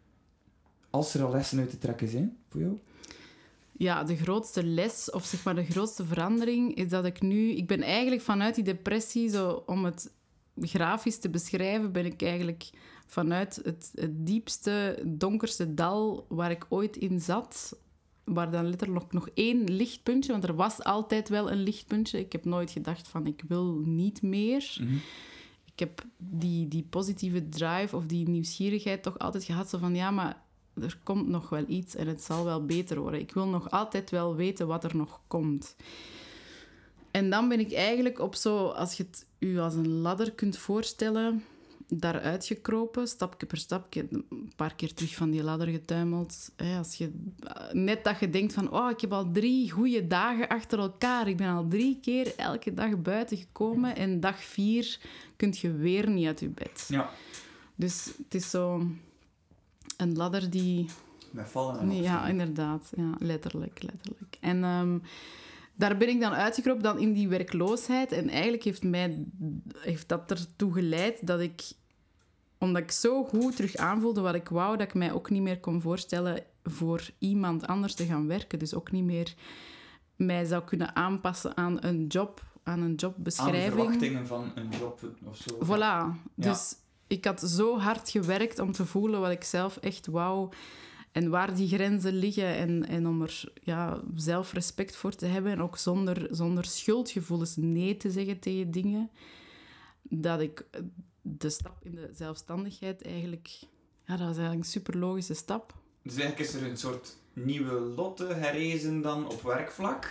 Als er al lessen uit te trekken zijn, voor jou? Ja, de grootste les, of zeg maar de grootste verandering, is dat ik ben eigenlijk vanuit die depressie, zo om het grafisch te beschrijven, ben ik eigenlijk vanuit het diepste, donkerste dal waar ik ooit in zat, waar dan letterlijk nog 1 lichtpuntje, want er was altijd wel een lichtpuntje. Ik heb nooit gedacht van, ik wil niet meer. Mm-hmm. Ik heb die positieve drive of die nieuwsgierigheid toch altijd gehad, zo van, maar er komt nog wel iets en het zal wel beter worden. Ik wil nog altijd wel weten wat er nog komt. En dan ben ik eigenlijk op zo, als je het u als een ladder kunt voorstellen, daaruit gekropen, stapje per stapje, een paar keer terug van die ladder getuimeld. Net dat je denkt van, ik heb al 3 goede dagen achter elkaar. Ik ben al 3 keer elke dag buiten gekomen en dag 4 kun je weer niet uit je bed. Ja. Dus het is zo een ladder die... Met vallen en opstaan. Ja, inderdaad. Ja, letterlijk. En daar ben ik dan uitgekropen, dan in die werkloosheid. En eigenlijk heeft dat ertoe geleid dat ik, omdat ik zo goed terug aanvoelde wat ik wou, dat ik mij ook niet meer kon voorstellen voor iemand anders te gaan werken. Dus ook niet meer mij zou kunnen aanpassen aan een job, aan een jobbeschrijving. Aan de verwachtingen van een job of zo. Voilà. Ja. Dus ik had zo hard gewerkt om te voelen wat ik zelf echt wou. En waar die grenzen liggen en om er zelf respect voor te hebben. En ook zonder schuldgevoelens nee te zeggen tegen dingen. Dat ik de stap in de zelfstandigheid eigenlijk... Ja, dat was eigenlijk een super logische stap. Dus eigenlijk is er een soort nieuwe lotte herrezen dan op werkvlak.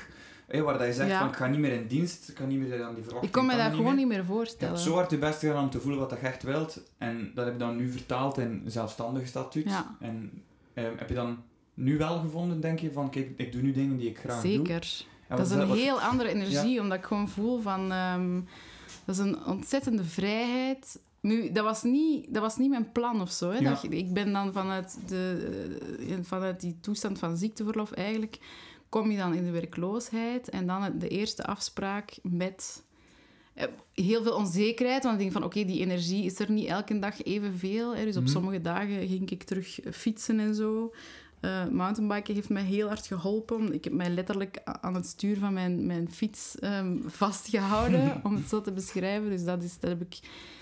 Waar dat je zegt Ja. van ik ga niet meer in dienst, ik ga niet meer aan die verwachting. Ik kon me dat gewoon niet meer Je voorstellen. hebt zo hard je best gedaan om te voelen wat je echt wilt. En dat heb je dan nu vertaald in zelfstandige statuut. Ja. En heb je dan nu wel gevonden, denk je, van kijk, ik doe nu dingen die ik graag doe? Zeker. En Dat is wat een wat- heel andere energie, omdat ik gewoon voel van... dat is een ontzettende vrijheid. Nu, dat was niet mijn plan of zo. Hè. Ja. Ik ben dan vanuit die toestand van ziekteverlof eigenlijk... kom je dan in de werkloosheid en dan de eerste afspraak met... heel veel onzekerheid, want ik denk van oké, die energie is er niet elke dag evenveel. Hè. Dus op sommige dagen ging ik terug fietsen en zo. Mountainbiken heeft mij heel hard geholpen. Ik heb mij letterlijk aan het stuur van mijn fiets vastgehouden, om het zo te beschrijven. Dus dat heb ik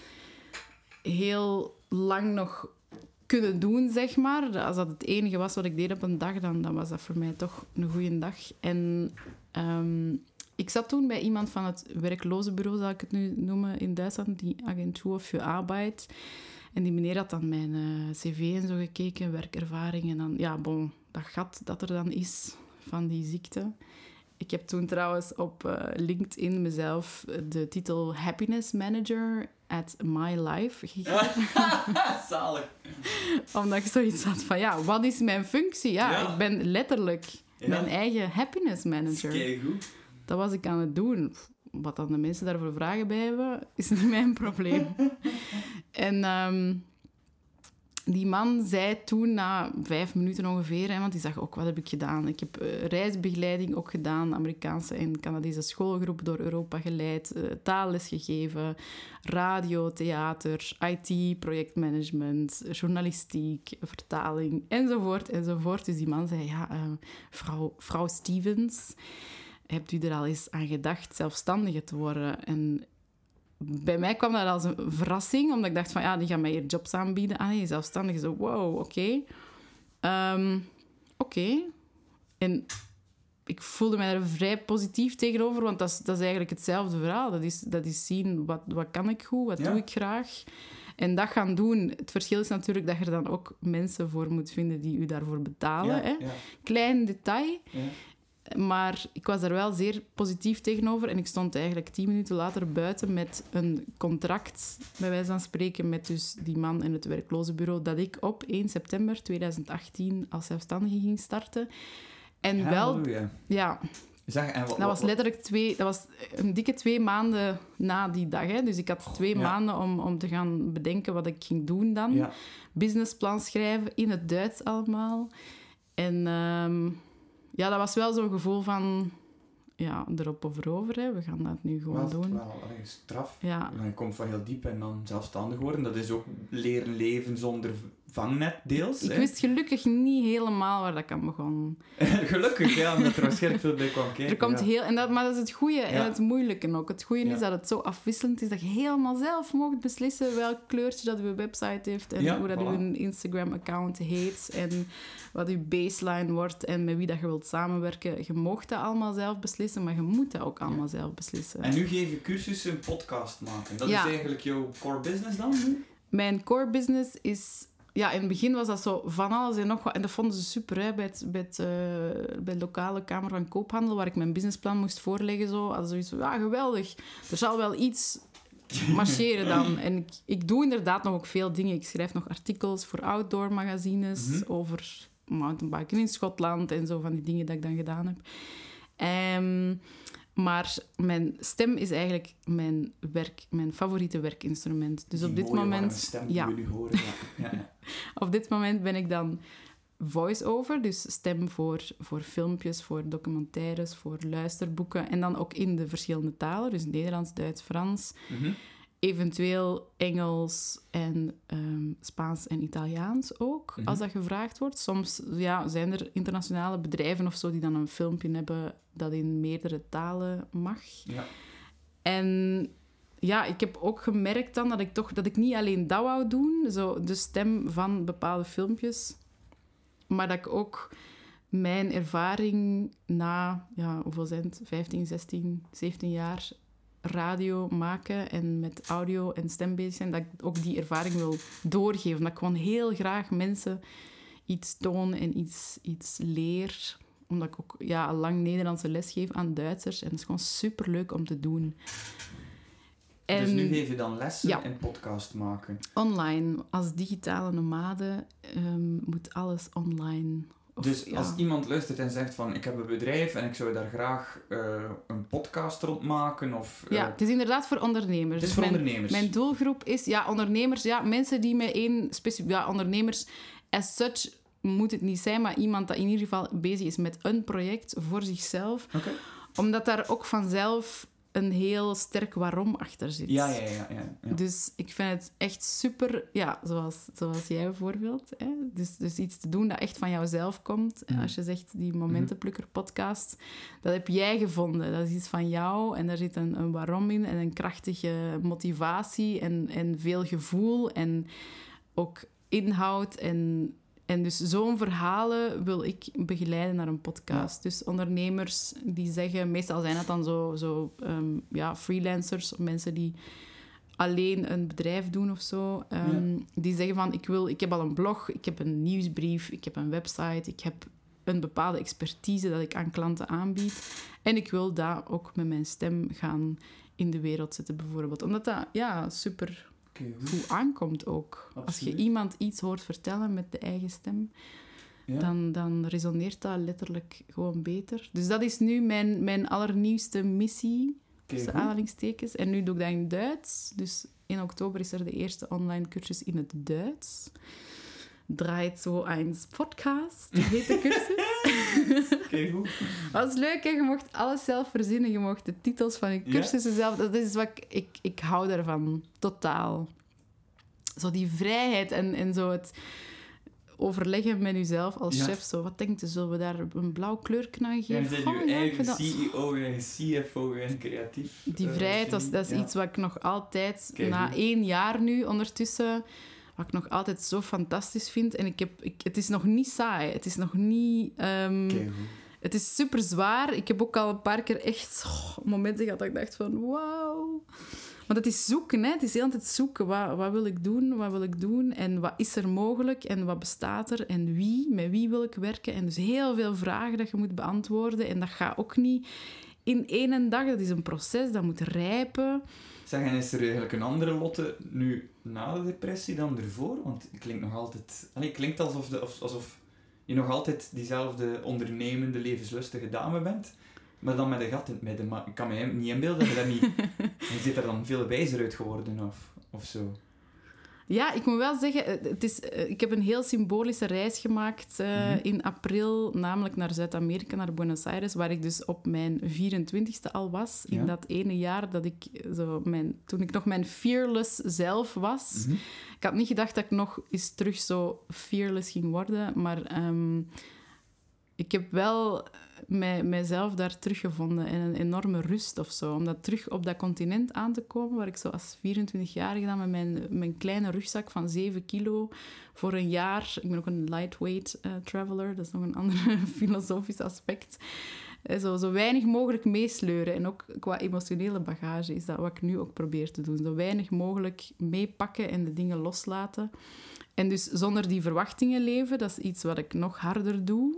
heel lang nog kunnen doen, zeg maar. Als dat het enige was wat ik deed op een dag, dan was dat voor mij toch een goede dag. En ik zat toen bij iemand van het werklozenbureau, zal ik het nu noemen, in Duitsland, die Agentur für Arbeit. En die meneer had dan mijn cv en zo gekeken, werkervaring. En dan, ja, bon, dat gat dat er dan is van die ziekte. Ik heb toen trouwens op LinkedIn mezelf de titel Happiness Manager at My Life gegeven. Zalig. Omdat ik zoiets had van, ja, wat is mijn functie? Ja. Ik ben letterlijk mijn eigen happiness manager. Keigoed. Dat was ik aan het doen. Wat dan de mensen daarvoor vragen bij hebben, is niet mijn probleem. En die man zei toen, na 5 minuten ongeveer, hè, want die zag ook, wat heb ik gedaan? Ik heb reisbegeleiding ook gedaan, Amerikaanse en Canadese schoolgroep door Europa geleid, taalles gegeven, radio, theater, IT, projectmanagement, journalistiek, vertaling, enzovoort, enzovoort. Dus die man zei, ja, vrouw Stevens, hebt u er al eens aan gedacht zelfstandige te worden? En bij mij kwam dat als een verrassing, omdat ik dacht van, ja, die gaan mij hier jobs aanbieden. Ah nee, zelfstandige. Zo, wow, oké. Oké. En ik voelde mij er vrij positief tegenover, want dat is eigenlijk hetzelfde verhaal. Dat is zien, wat kan ik goed, wat doe ik graag. En dat gaan doen. Het verschil is natuurlijk dat je er dan ook mensen voor moet vinden die u daarvoor betalen. Hè? Ja. Klein detail. Ja. Maar ik was daar wel zeer positief tegenover. En ik stond eigenlijk 10 minuten later buiten met een contract, bij wijze van spreken, met dus die man in het werklozenbureau, dat ik op 1 september 2018 als zelfstandige ging starten. En ja. Zeg, en dat was letterlijk een dikke 2 maanden na die dag. Hè. Dus ik had 2 maanden om te gaan bedenken wat ik ging doen dan. Ja. Businessplan schrijven, in het Duits allemaal. En ja, dat was wel zo'n gevoel van, ja, erop of erover. Hè. We gaan dat nu gewoon doen. Wel straf. Ja. Je komt van heel diep en dan zelfstandig worden. Dat is ook leren leven zonder vangnet, deels. Ik wist gelukkig niet helemaal waar dat aan begon. Gelukkig, ja, omdat er waarschijnlijk veel bij kwam kijken. Er komt maar dat is het goede en het moeilijke ook. Het goede is dat het zo afwisselend is dat je helemaal zelf mocht beslissen welk kleurtje dat uw website heeft en hoe dat uw Instagram-account heet en wat uw baseline wordt en met wie dat je wilt samenwerken. Je mocht dat allemaal zelf beslissen, maar je moet dat ook allemaal zelf beslissen. En nu geef je cursussen een podcast maken. Dat is eigenlijk jouw core business dan? Mijn core business is... Ja, in het begin was dat zo van alles en nog wat. En dat vonden ze super, hè, bij de lokale Kamer van Koophandel, waar ik mijn businessplan moest voorleggen. Zo. Hadden zoiets van, ja, geweldig. Er zal wel iets marcheren dan. En ik doe inderdaad nog ook veel dingen. Ik schrijf nog artikels voor outdoor magazines over mountainbiken in Schotland en zo van die dingen dat ik dan gedaan heb. Maar mijn stem is eigenlijk mijn favoriete werkinstrument. Dus op dit moment... stem die we nu horen. Ja. Op dit moment ben ik dan voice-over, dus stem voor filmpjes, voor documentaires, voor luisterboeken. En dan ook in de verschillende talen, dus Nederlands, Duits, Frans. Eventueel Engels en Spaans en Italiaans ook, als dat gevraagd wordt. Soms zijn er internationale bedrijven of zo die dan een filmpje hebben dat in meerdere talen mag. Ja. En ja, ik heb ook gemerkt dan dat ik niet alleen dat wou doen, zo de stem van bepaalde filmpjes, maar dat ik ook mijn ervaring na, hoeveel zijn het? 15, 16, 17 jaar radio maken en met audio en stem bezig zijn, dat ik ook die ervaring wil doorgeven. Dat ik gewoon heel graag mensen iets toon en iets leer omdat ik ook al lang Nederlandse les geef aan Duitsers. En het is gewoon superleuk om te doen. En, dus nu geef je dan lessen en podcast maken? Online. Als digitale nomade moet alles online. Dus als iemand luistert en zegt van, ik heb een bedrijf en ik zou daar graag een podcast rond maken, of... Ja, het is inderdaad voor ondernemers. Het is voor ondernemers. Mijn doelgroep is, ondernemers, mensen die met één specifiek... Ja, ondernemers, as such moet het niet zijn, maar iemand dat in ieder geval bezig is met een project voor zichzelf. Okay. Omdat daar ook vanzelf een heel sterk waarom achter zit. Ja. Dus ik vind het echt super, zoals jij bijvoorbeeld. Hè? Dus iets te doen dat echt van jouzelf komt. Als je zegt, die Momentenplukker podcast, dat heb jij gevonden. Dat is iets van jou en daar zit een waarom in en een krachtige motivatie en veel gevoel en ook inhoud en dus zo'n verhalen wil ik begeleiden naar een podcast. Ja. Dus ondernemers die zeggen... Meestal zijn het dan zo freelancers of mensen die alleen een bedrijf doen of zo. Die zeggen van, ik heb al een blog, ik heb een nieuwsbrief, ik heb een website, ik heb een bepaalde expertise dat ik aan klanten aanbied. En ik wil dat ook met mijn stem gaan in de wereld zetten, bijvoorbeeld. Omdat dat super... goed aankomt ook. Absoluut. Als je iemand iets hoort vertellen met de eigen stem, dan resoneert dat letterlijk gewoon beter. Dus dat is nu mijn allernieuwste missie, tussen aanhalingstekens. En nu doe ik dat in Duits. Dus in oktober is er de eerste online cursus in het Duits. Draait zo eens podcast, heet de cursus. Oké, goed. Dat is leuk, hè? Je mocht alles zelf verzinnen. Je mocht de titels van je cursussen zelf... Dat is wat ik hou daarvan. Totaal. Zo die vrijheid en zo het overleggen met jezelf als chef. Zo, wat denkt je? Zullen we daar een blauw kleurje aan geven? Ja, je bent je eigen CEO, je eigen CFO, je eigen creatief. Die vrijheid, dat is iets wat ik nog altijd... Na 1 jaar nu ondertussen... Wat ik nog altijd zo fantastisch vind. En het is nog niet saai. Het is nog niet... het is super zwaar. Ik heb ook al een paar keer echt momenten gehad dat ik dacht van... Wauw. Want het is zoeken, hè. Het is heel tijd zoeken. Wat wil ik doen? Wat wil ik doen? En wat is er mogelijk? En wat bestaat er? En wie? Met wie wil ik werken? En dus heel veel vragen dat je moet beantwoorden. En dat gaat ook niet in 1 dag. Dat is een proces. Dat moet rijpen. Zeg, en is er eigenlijk een andere Lotte nu na de depressie dan ervoor? Want het klinkt nog altijd... het klinkt alsof je nog altijd diezelfde ondernemende, levenslustige dame bent, maar dan met een gat in het midden. Maar ik kan me niet inbeelden dat je dat niet... Je zit er dan veel wijzer uit geworden, of zo. Ja, ik moet wel zeggen, ik heb een heel symbolische reis gemaakt in april, namelijk naar Zuid-Amerika, naar Buenos Aires, waar ik dus op mijn 24e al was. In dat ene jaar dat ik toen ik nog mijn fearless zelf was. Ik had niet gedacht dat ik nog eens terug zo fearless ging worden, maar ik heb wel mijzelf daar teruggevonden en een enorme rust of zo. Om dat terug op dat continent aan te komen, waar ik zo als 24-jarige dan met mijn kleine rugzak van 7 kilo voor een jaar... Ik ben ook een lightweight traveler, dat is nog een ander filosofisch aspect. Zo weinig mogelijk meesleuren. En ook qua emotionele bagage is dat wat ik nu ook probeer te doen. Zo weinig mogelijk meepakken en de dingen loslaten. En dus zonder die verwachtingen leven, dat is iets wat ik nog harder doe.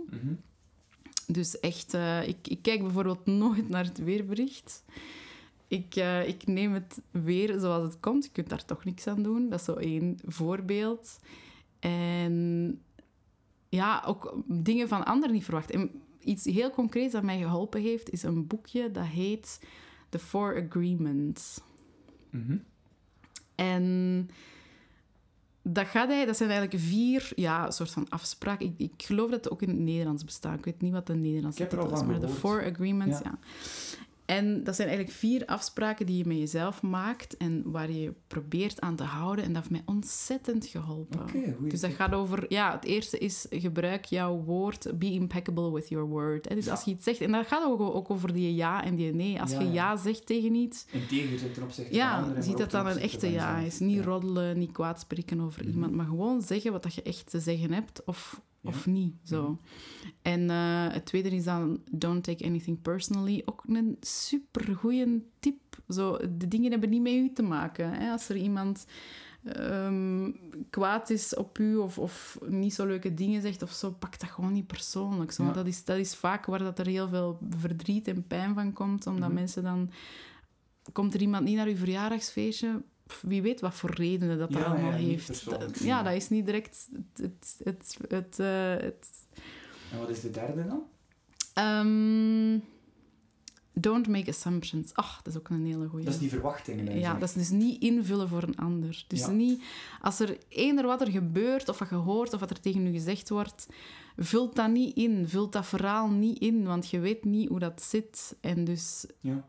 Dus echt, ik kijk bijvoorbeeld nooit naar het weerbericht. Ik neem het weer zoals het komt. Je kunt daar toch niks aan doen. Dat is zo 1 voorbeeld. En ja, ook dingen van anderen niet verwachten. En iets heel concreets dat mij geholpen heeft, is een boekje dat heet The 4 Agreements. En... Dat zijn eigenlijk 4 soort van afspraken. Ik geloof dat het ook in het Nederlands bestaat. Ik weet niet wat de Nederlandse titel is, maar de 4 Agreements, En dat zijn eigenlijk 4 afspraken die je met jezelf maakt en waar je probeert aan te houden. En dat heeft mij ontzettend geholpen. Dus dat gaat over... het eerste is gebruik jouw woord. Be impeccable with your word. Dus als je iets zegt... En dat gaat ook over die ja en die nee. Als je ja zegt tegen iets... Integer ten opzichte van anderen. Ziet dat dan een echte ja is. Niet roddelen, niet kwaadspreken over iemand, maar gewoon zeggen wat je echt te zeggen hebt of niet. Zo. En het tweede is dan don't take anything personally. Ook een supergoeie tip. Zo, de dingen hebben niet met u te maken. Hè? Als er iemand kwaad is op u of niet zo leuke dingen zegt of zo, pak dat gewoon niet persoonlijk. Zo. Ja. Dat is vaak waar dat er heel veel verdriet en pijn van komt, omdat mensen dan... Komt er iemand niet naar uw verjaardagsfeestje? Wie weet wat voor redenen dat allemaal niet heeft. persoonlijk. Dat is niet direct het En wat is de derde dan? don't make assumptions. Ach, dat is ook een hele goeie. Dat is die verwachtingen. hè, Ja, zeg. dat is dus niet invullen voor een ander. Dus Ja. niet... Als er eender wat er gebeurt, of wat je hoort, of wat er tegen u gezegd wordt, vult dat niet in. Vult dat verhaal niet in, want je weet niet hoe dat zit. En dus... Ja.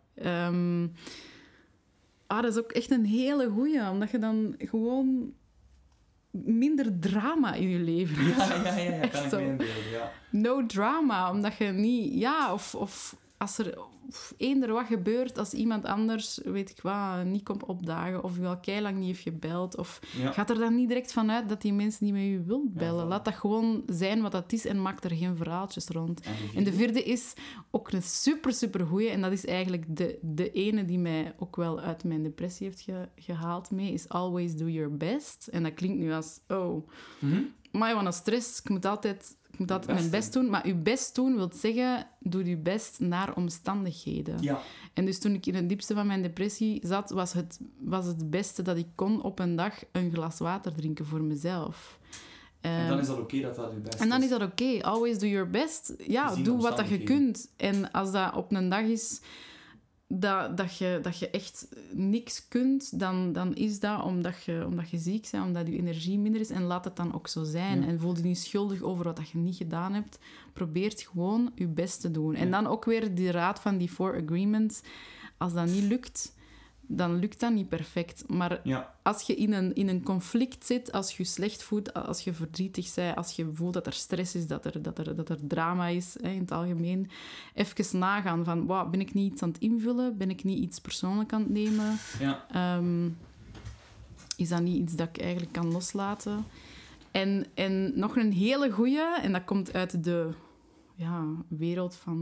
dat is ook echt een hele goeie, omdat je dan gewoon minder drama in je leven hebt. Ja, Echt kan ik zo. me inbeelden, ja. No drama, omdat je niet... Ja, of als er eender wat gebeurt, als iemand anders, weet ik wat, niet komt opdagen, of u al keilang niet heeft gebeld, of Ja. gaat er dan niet direct vanuit dat die mensen niet met u wilt bellen. Ja, Laat dat gewoon zijn wat dat is en maak er geen verhaaltjes rond. En de vierde is ook een super, super goeie, en dat is eigenlijk de ene die mij ook wel uit mijn depressie heeft gehaald mee, is always do your best. En dat klinkt nu als, maar wat een stress, ik moet altijd mijn best doen. Maar je best doen wil zeggen, doe je best naar omstandigheden. Ja. En dus toen ik in het diepste van mijn depressie zat, was het beste dat ik kon op een dag een glas water drinken voor mezelf. En dan is dat oké dat dat je best is. En dan is dat oké. Always do your best. Ja, Gezien doe de wat dat je omstandigheden. kunt. En als dat op een dag is dat je echt niks kunt, dan is dat omdat je ziek bent, omdat je energie minder is. En laat het dan ook zo zijn. Ja. En voel je niet schuldig over wat dat je niet gedaan hebt. Probeer gewoon je best te doen. En dan ook weer die raad van die 4 agreements. Als dat niet lukt, dan lukt dat niet perfect. Maar Ja. als je in een conflict zit, als je je slecht voelt, als je verdrietig bent, als je voelt dat er stress is, dat er drama is, hè, in het algemeen, even nagaan van, wow, ben ik niet iets aan het invullen? Ben ik niet iets persoonlijk aan het nemen? Ja. Is dat niet iets dat ik eigenlijk kan loslaten? En nog een hele goeie, en dat komt uit de wereld van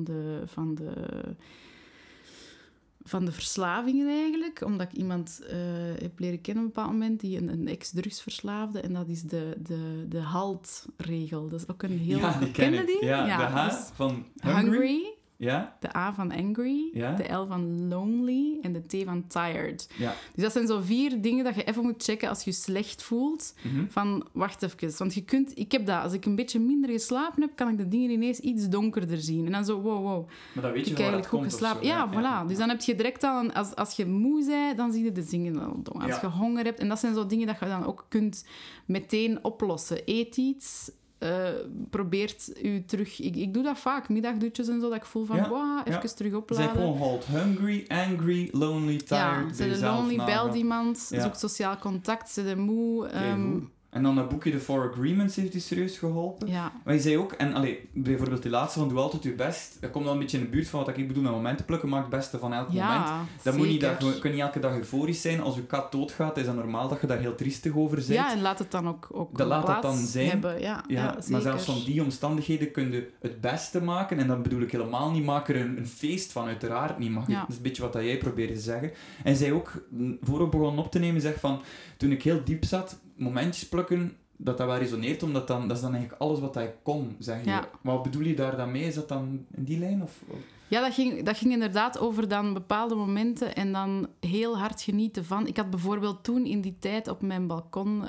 de verslavingen eigenlijk, omdat ik iemand heb leren kennen op een bepaald moment, die een ex-drugsverslaafde, en dat is de HALT-regel. Dat is ook een heel... Ja, die ken Kende ik. die? Ja, de H dus van hungry, Ja. de A van angry, Ja. de L van lonely en de T van tired. Ja. Dus dat zijn zo 4 dingen dat je even moet checken als je je slecht voelt. Van, wacht even. Want ik heb dat. Als ik een beetje minder geslapen heb, kan ik de dingen ineens iets donkerder zien. En dan zo, wow. Maar dan weet je Ik waar eigenlijk dat goed komt of geslapen. zo, Ja, voilà. Dus dan heb je direct al... Als je moe bent, dan zie je de dingen al doen. Als Ja. je honger hebt... En dat zijn zo dingen dat je dan ook kunt meteen oplossen. Eet iets... probeert u terug... Ik doe dat vaak, middagdutjes en zo, dat ik voel van, Ja, wow, even ja. terug Zeg opladen. gewoon halt. Hungry, angry, lonely, tired. Ja, bij ze de jezelf lonely, nagaan. belt iemand, Ja. zoek sociaal contact, ze de moe. Keigoed. En dan dat boekje, de 4 Agreements, heeft u serieus geholpen. Ja, Maar je zei ook, en bijvoorbeeld die laatste van doe altijd je best, dat komt dan een beetje in de buurt van wat ik bedoel met momenten plukken, maak het beste van elk moment. ja, Dat moet niet, zeker. je kunt niet elke dag euforisch zijn. Als je kat doodgaat, is dat normaal dat je daar heel triestig over bent. Ja, en laat het dan ook Dat laat het plaats dan zijn. hebben. Ja, Ja, zeker. maar zelfs van die omstandigheden kun je het beste maken. En dan bedoel ik helemaal niet, maak er een feest van, uiteraard niet. Ja. Dat is een beetje wat dat jij probeerde te zeggen. En zij ook, voor we begonnen op te nemen, zegt van, toen ik heel diep zat, momentjes plukken, dat wel resoneert, omdat dat is dan eigenlijk alles wat hij kon, zeg je. Ja. Maar wat bedoel je daar dan mee? Is dat dan in die lijn? Of? Ja, dat ging inderdaad over dan bepaalde momenten en dan heel hard genieten van. Ik had bijvoorbeeld toen in die tijd op mijn balkon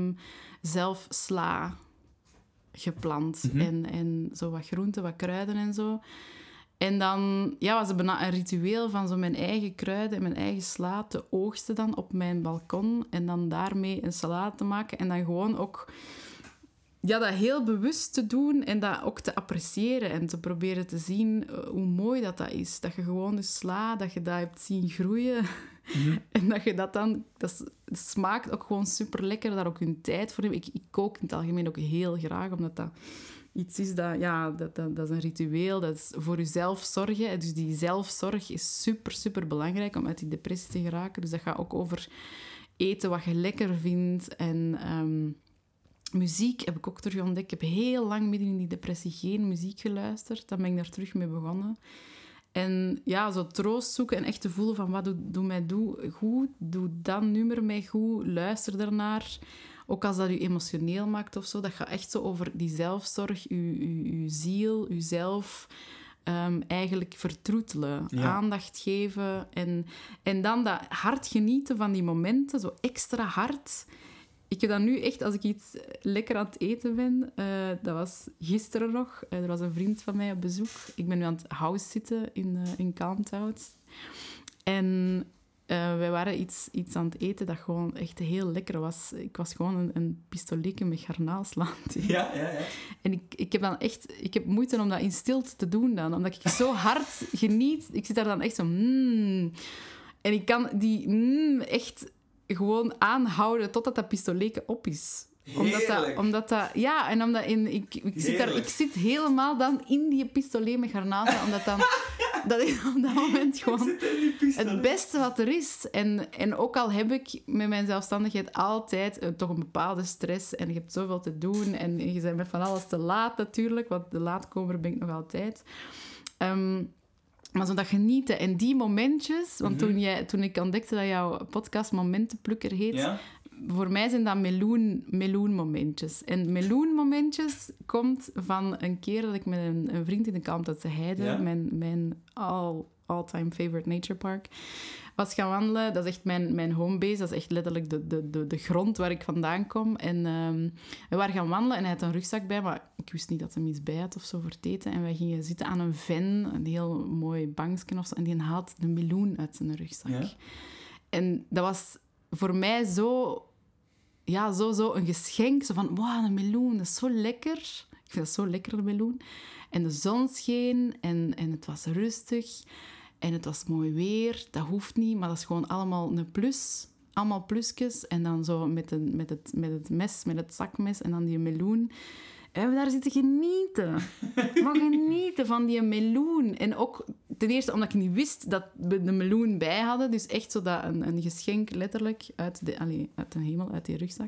zelf sla geplant. En zo wat groenten, wat kruiden en zo. En dan was het bijna een ritueel van zo mijn eigen kruiden en mijn eigen sla te oogsten dan op mijn balkon. En dan daarmee een salade te maken. En dan gewoon ook dat heel bewust te doen en dat ook te appreciëren. En te proberen te zien hoe mooi dat is. Dat je gewoon de sla, dat je dat hebt zien groeien. En dat je dat dan... Het smaakt ook gewoon super lekker, daar ook hun tijd voor nemen. Ik kook in het algemeen ook heel graag, omdat dat iets is dat is een ritueel, dat is voor jezelf zorgen. Dus die zelfzorg is super, super belangrijk om uit die depressie te geraken. Dus dat gaat ook over eten wat je lekker vindt. En muziek heb ik ook terug ontdekt. Ik heb heel lang midden in die depressie geen muziek geluisterd. Dan ben ik daar terug mee begonnen. En ja, zo troost zoeken en echt te voelen van wat doet mij goed, doe dat nummer mij goed, luister daarnaar. Ook als dat je emotioneel maakt of zo, dat gaat echt zo over die zelfzorg, je ziel, jezelf eigenlijk vertroetelen, aandacht geven en dan dat hard genieten van die momenten, zo extra hard. Ik heb dat nu echt, als ik iets lekker aan het eten ben, dat was gisteren nog, er was een vriend van mij op bezoek. Ik ben nu aan het house zitten in Kalmthout. En wij waren iets aan het eten dat gewoon echt heel lekker was. Ik was gewoon een pistoletje met garnaalsla aan het eten. Ja. En ik heb moeite om dat in stilte te doen dan, omdat ik zo hard geniet. Ik zit daar dan echt zo... En ik kan die echt gewoon aanhouden totdat dat pistoletje op is. Omdat dat... Ja, en omdat ik zit helemaal dan in die pistolet met garnalen, omdat dan... Dat is op dat moment gewoon het beste wat er is. En ook al heb ik met mijn zelfstandigheid altijd toch een bepaalde stress en je hebt zoveel te doen en je bent met van alles te laat natuurlijk, want de laatkomer ben ik nog altijd. Maar zo dat genieten en die momentjes, want toen ik ontdekte dat jouw podcast Momentenplukker heet, voor mij zijn dat meloenmomentjes. En meloenmomentjes komt van een keer dat ik met een vriend in de Kalmthoutse Heide, mijn all-time favorite nature park, was gaan wandelen. Dat is echt mijn homebase. Dat is echt letterlijk de grond waar ik vandaan kom. En we waren gaan wandelen en hij had een rugzak bij, maar ik wist niet dat hij iets bij had of zo voor het eten. En wij gingen zitten aan een ven, een heel mooi bankje of zo, en die haalt de meloen uit zijn rugzak. Ja. En dat was voor mij zo een geschenk. Zo van, wow, een meloen, dat is zo lekker. Ik vind dat zo lekker, een meloen. En de zon scheen en het was rustig. En het was mooi weer. Dat hoeft niet, maar dat is gewoon allemaal een plus. Allemaal plusjes. En dan zo met het mes, met het zakmes en dan die meloen. En we daar zitten genieten. Maar genieten van die meloen. En ook ten eerste omdat ik niet wist dat we de meloen bij hadden. Dus echt zo dat een geschenk letterlijk uit de hemel, uit die rugzak.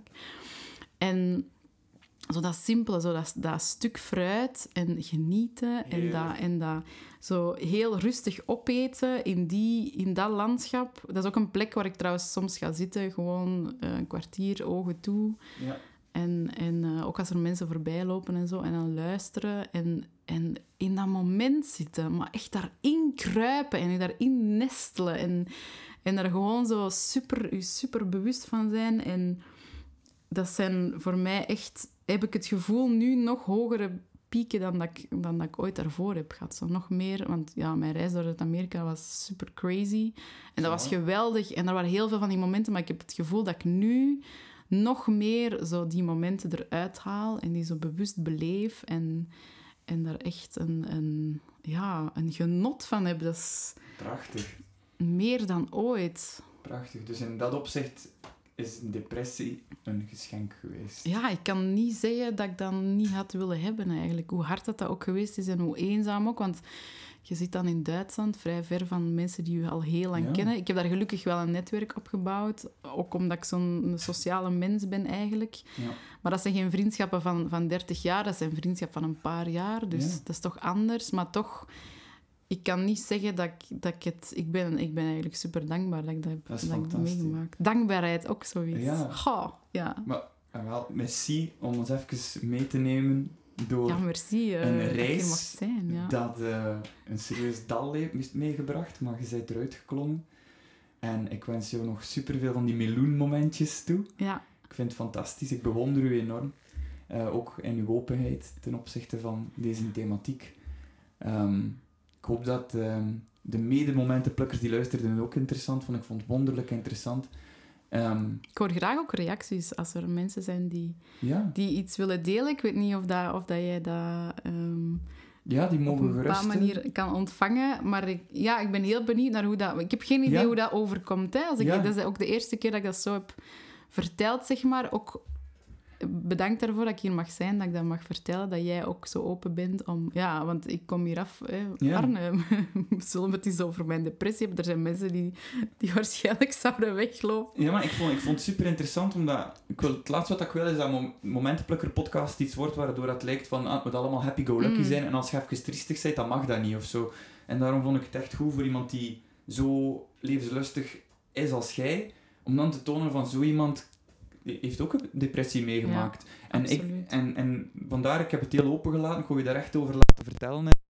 En zo dat simpele, zo dat stuk fruit en genieten. En dat zo heel rustig opeten in dat landschap. Dat is ook een plek waar ik trouwens soms ga zitten. Gewoon een kwartier, ogen toe. Ja. En ook als er mensen voorbij lopen en zo, en dan luisteren en in dat moment zitten, maar echt daarin kruipen en je daarin nestelen en daar gewoon zo super bewust van zijn. En dat zijn voor mij echt, heb ik het gevoel, nu nog hogere pieken dan dat ik ooit daarvoor heb gehad. Zo nog meer, want ja, mijn reis door Zuid-Amerika was super crazy. En dat was geweldig. En er waren heel veel van die momenten, maar ik heb het gevoel dat ik nu nog meer zo die momenten eruit haal en die zo bewust beleef en daar echt een genot van heb. Dat is prachtig. Meer dan ooit. Prachtig. Dus in dat opzicht is depressie een geschenk geweest. Ja, ik kan niet zeggen dat ik dat niet had willen hebben eigenlijk. Hoe hard dat ook geweest is en hoe eenzaam ook, want je zit dan in Duitsland, vrij ver van mensen die je al heel lang kennen. Ik heb daar gelukkig wel een netwerk opgebouwd. Ook omdat ik zo'n sociale mens ben eigenlijk. Ja. Maar dat zijn geen vriendschappen van 30 jaar. Dat zijn vriendschappen van een paar jaar. Dus dat is toch anders. Maar toch, ik kan niet zeggen dat ik het... Ik ben eigenlijk super dankbaar dat ik dat heb meegemaakt. Dankbaarheid ook zoiets. Ja. Goh, ja. Maar wel, merci om ons even mee te nemen door een reis dat zijn, dat een serieus dal heeft meegebracht, maar je bent eruit geklommen. En ik wens jou nog superveel van die meloenmomentjes toe. Ja. Ik vind het fantastisch. Ik bewonder u enorm. Ook in uw openheid ten opzichte van deze thematiek. Ik hoop dat de medemomentenplukkers die luisterden het ook interessant vonden. Ik vond het wonderlijk interessant. Ik hoor graag ook reacties als er mensen zijn die iets willen delen. Ik weet niet of dat jij dat die mogen op een bepaalde manier kan ontvangen. Maar ik ben heel benieuwd naar hoe dat... Ik heb geen idee hoe dat overkomt. Hè. Dat is ook de eerste keer dat ik dat zo heb verteld, zeg maar. Ook bedankt daarvoor dat ik hier mag zijn, dat ik dat mag vertellen, dat jij ook zo open bent om... Ja, want ik kom hier af, Arne, zullen we het eens over mijn depressie hebben? Er zijn mensen die waarschijnlijk zouden weglopen. Ja, maar ik vond het super interessant, omdat... Het laatste wat ik wil is dat Momentenplukker podcast iets wordt waardoor het lijkt van, het moet allemaal happy-go-lucky zijn, en als je even triestig bent, dan mag dat niet, of zo. En daarom vond ik het echt goed voor iemand die zo levenslustig is als jij, om dan te tonen van zo iemand heeft ook een depressie meegemaakt. Ja, absoluut. En vandaar, ik heb het heel open gelaten, ik wil je daar echt over laten vertellen.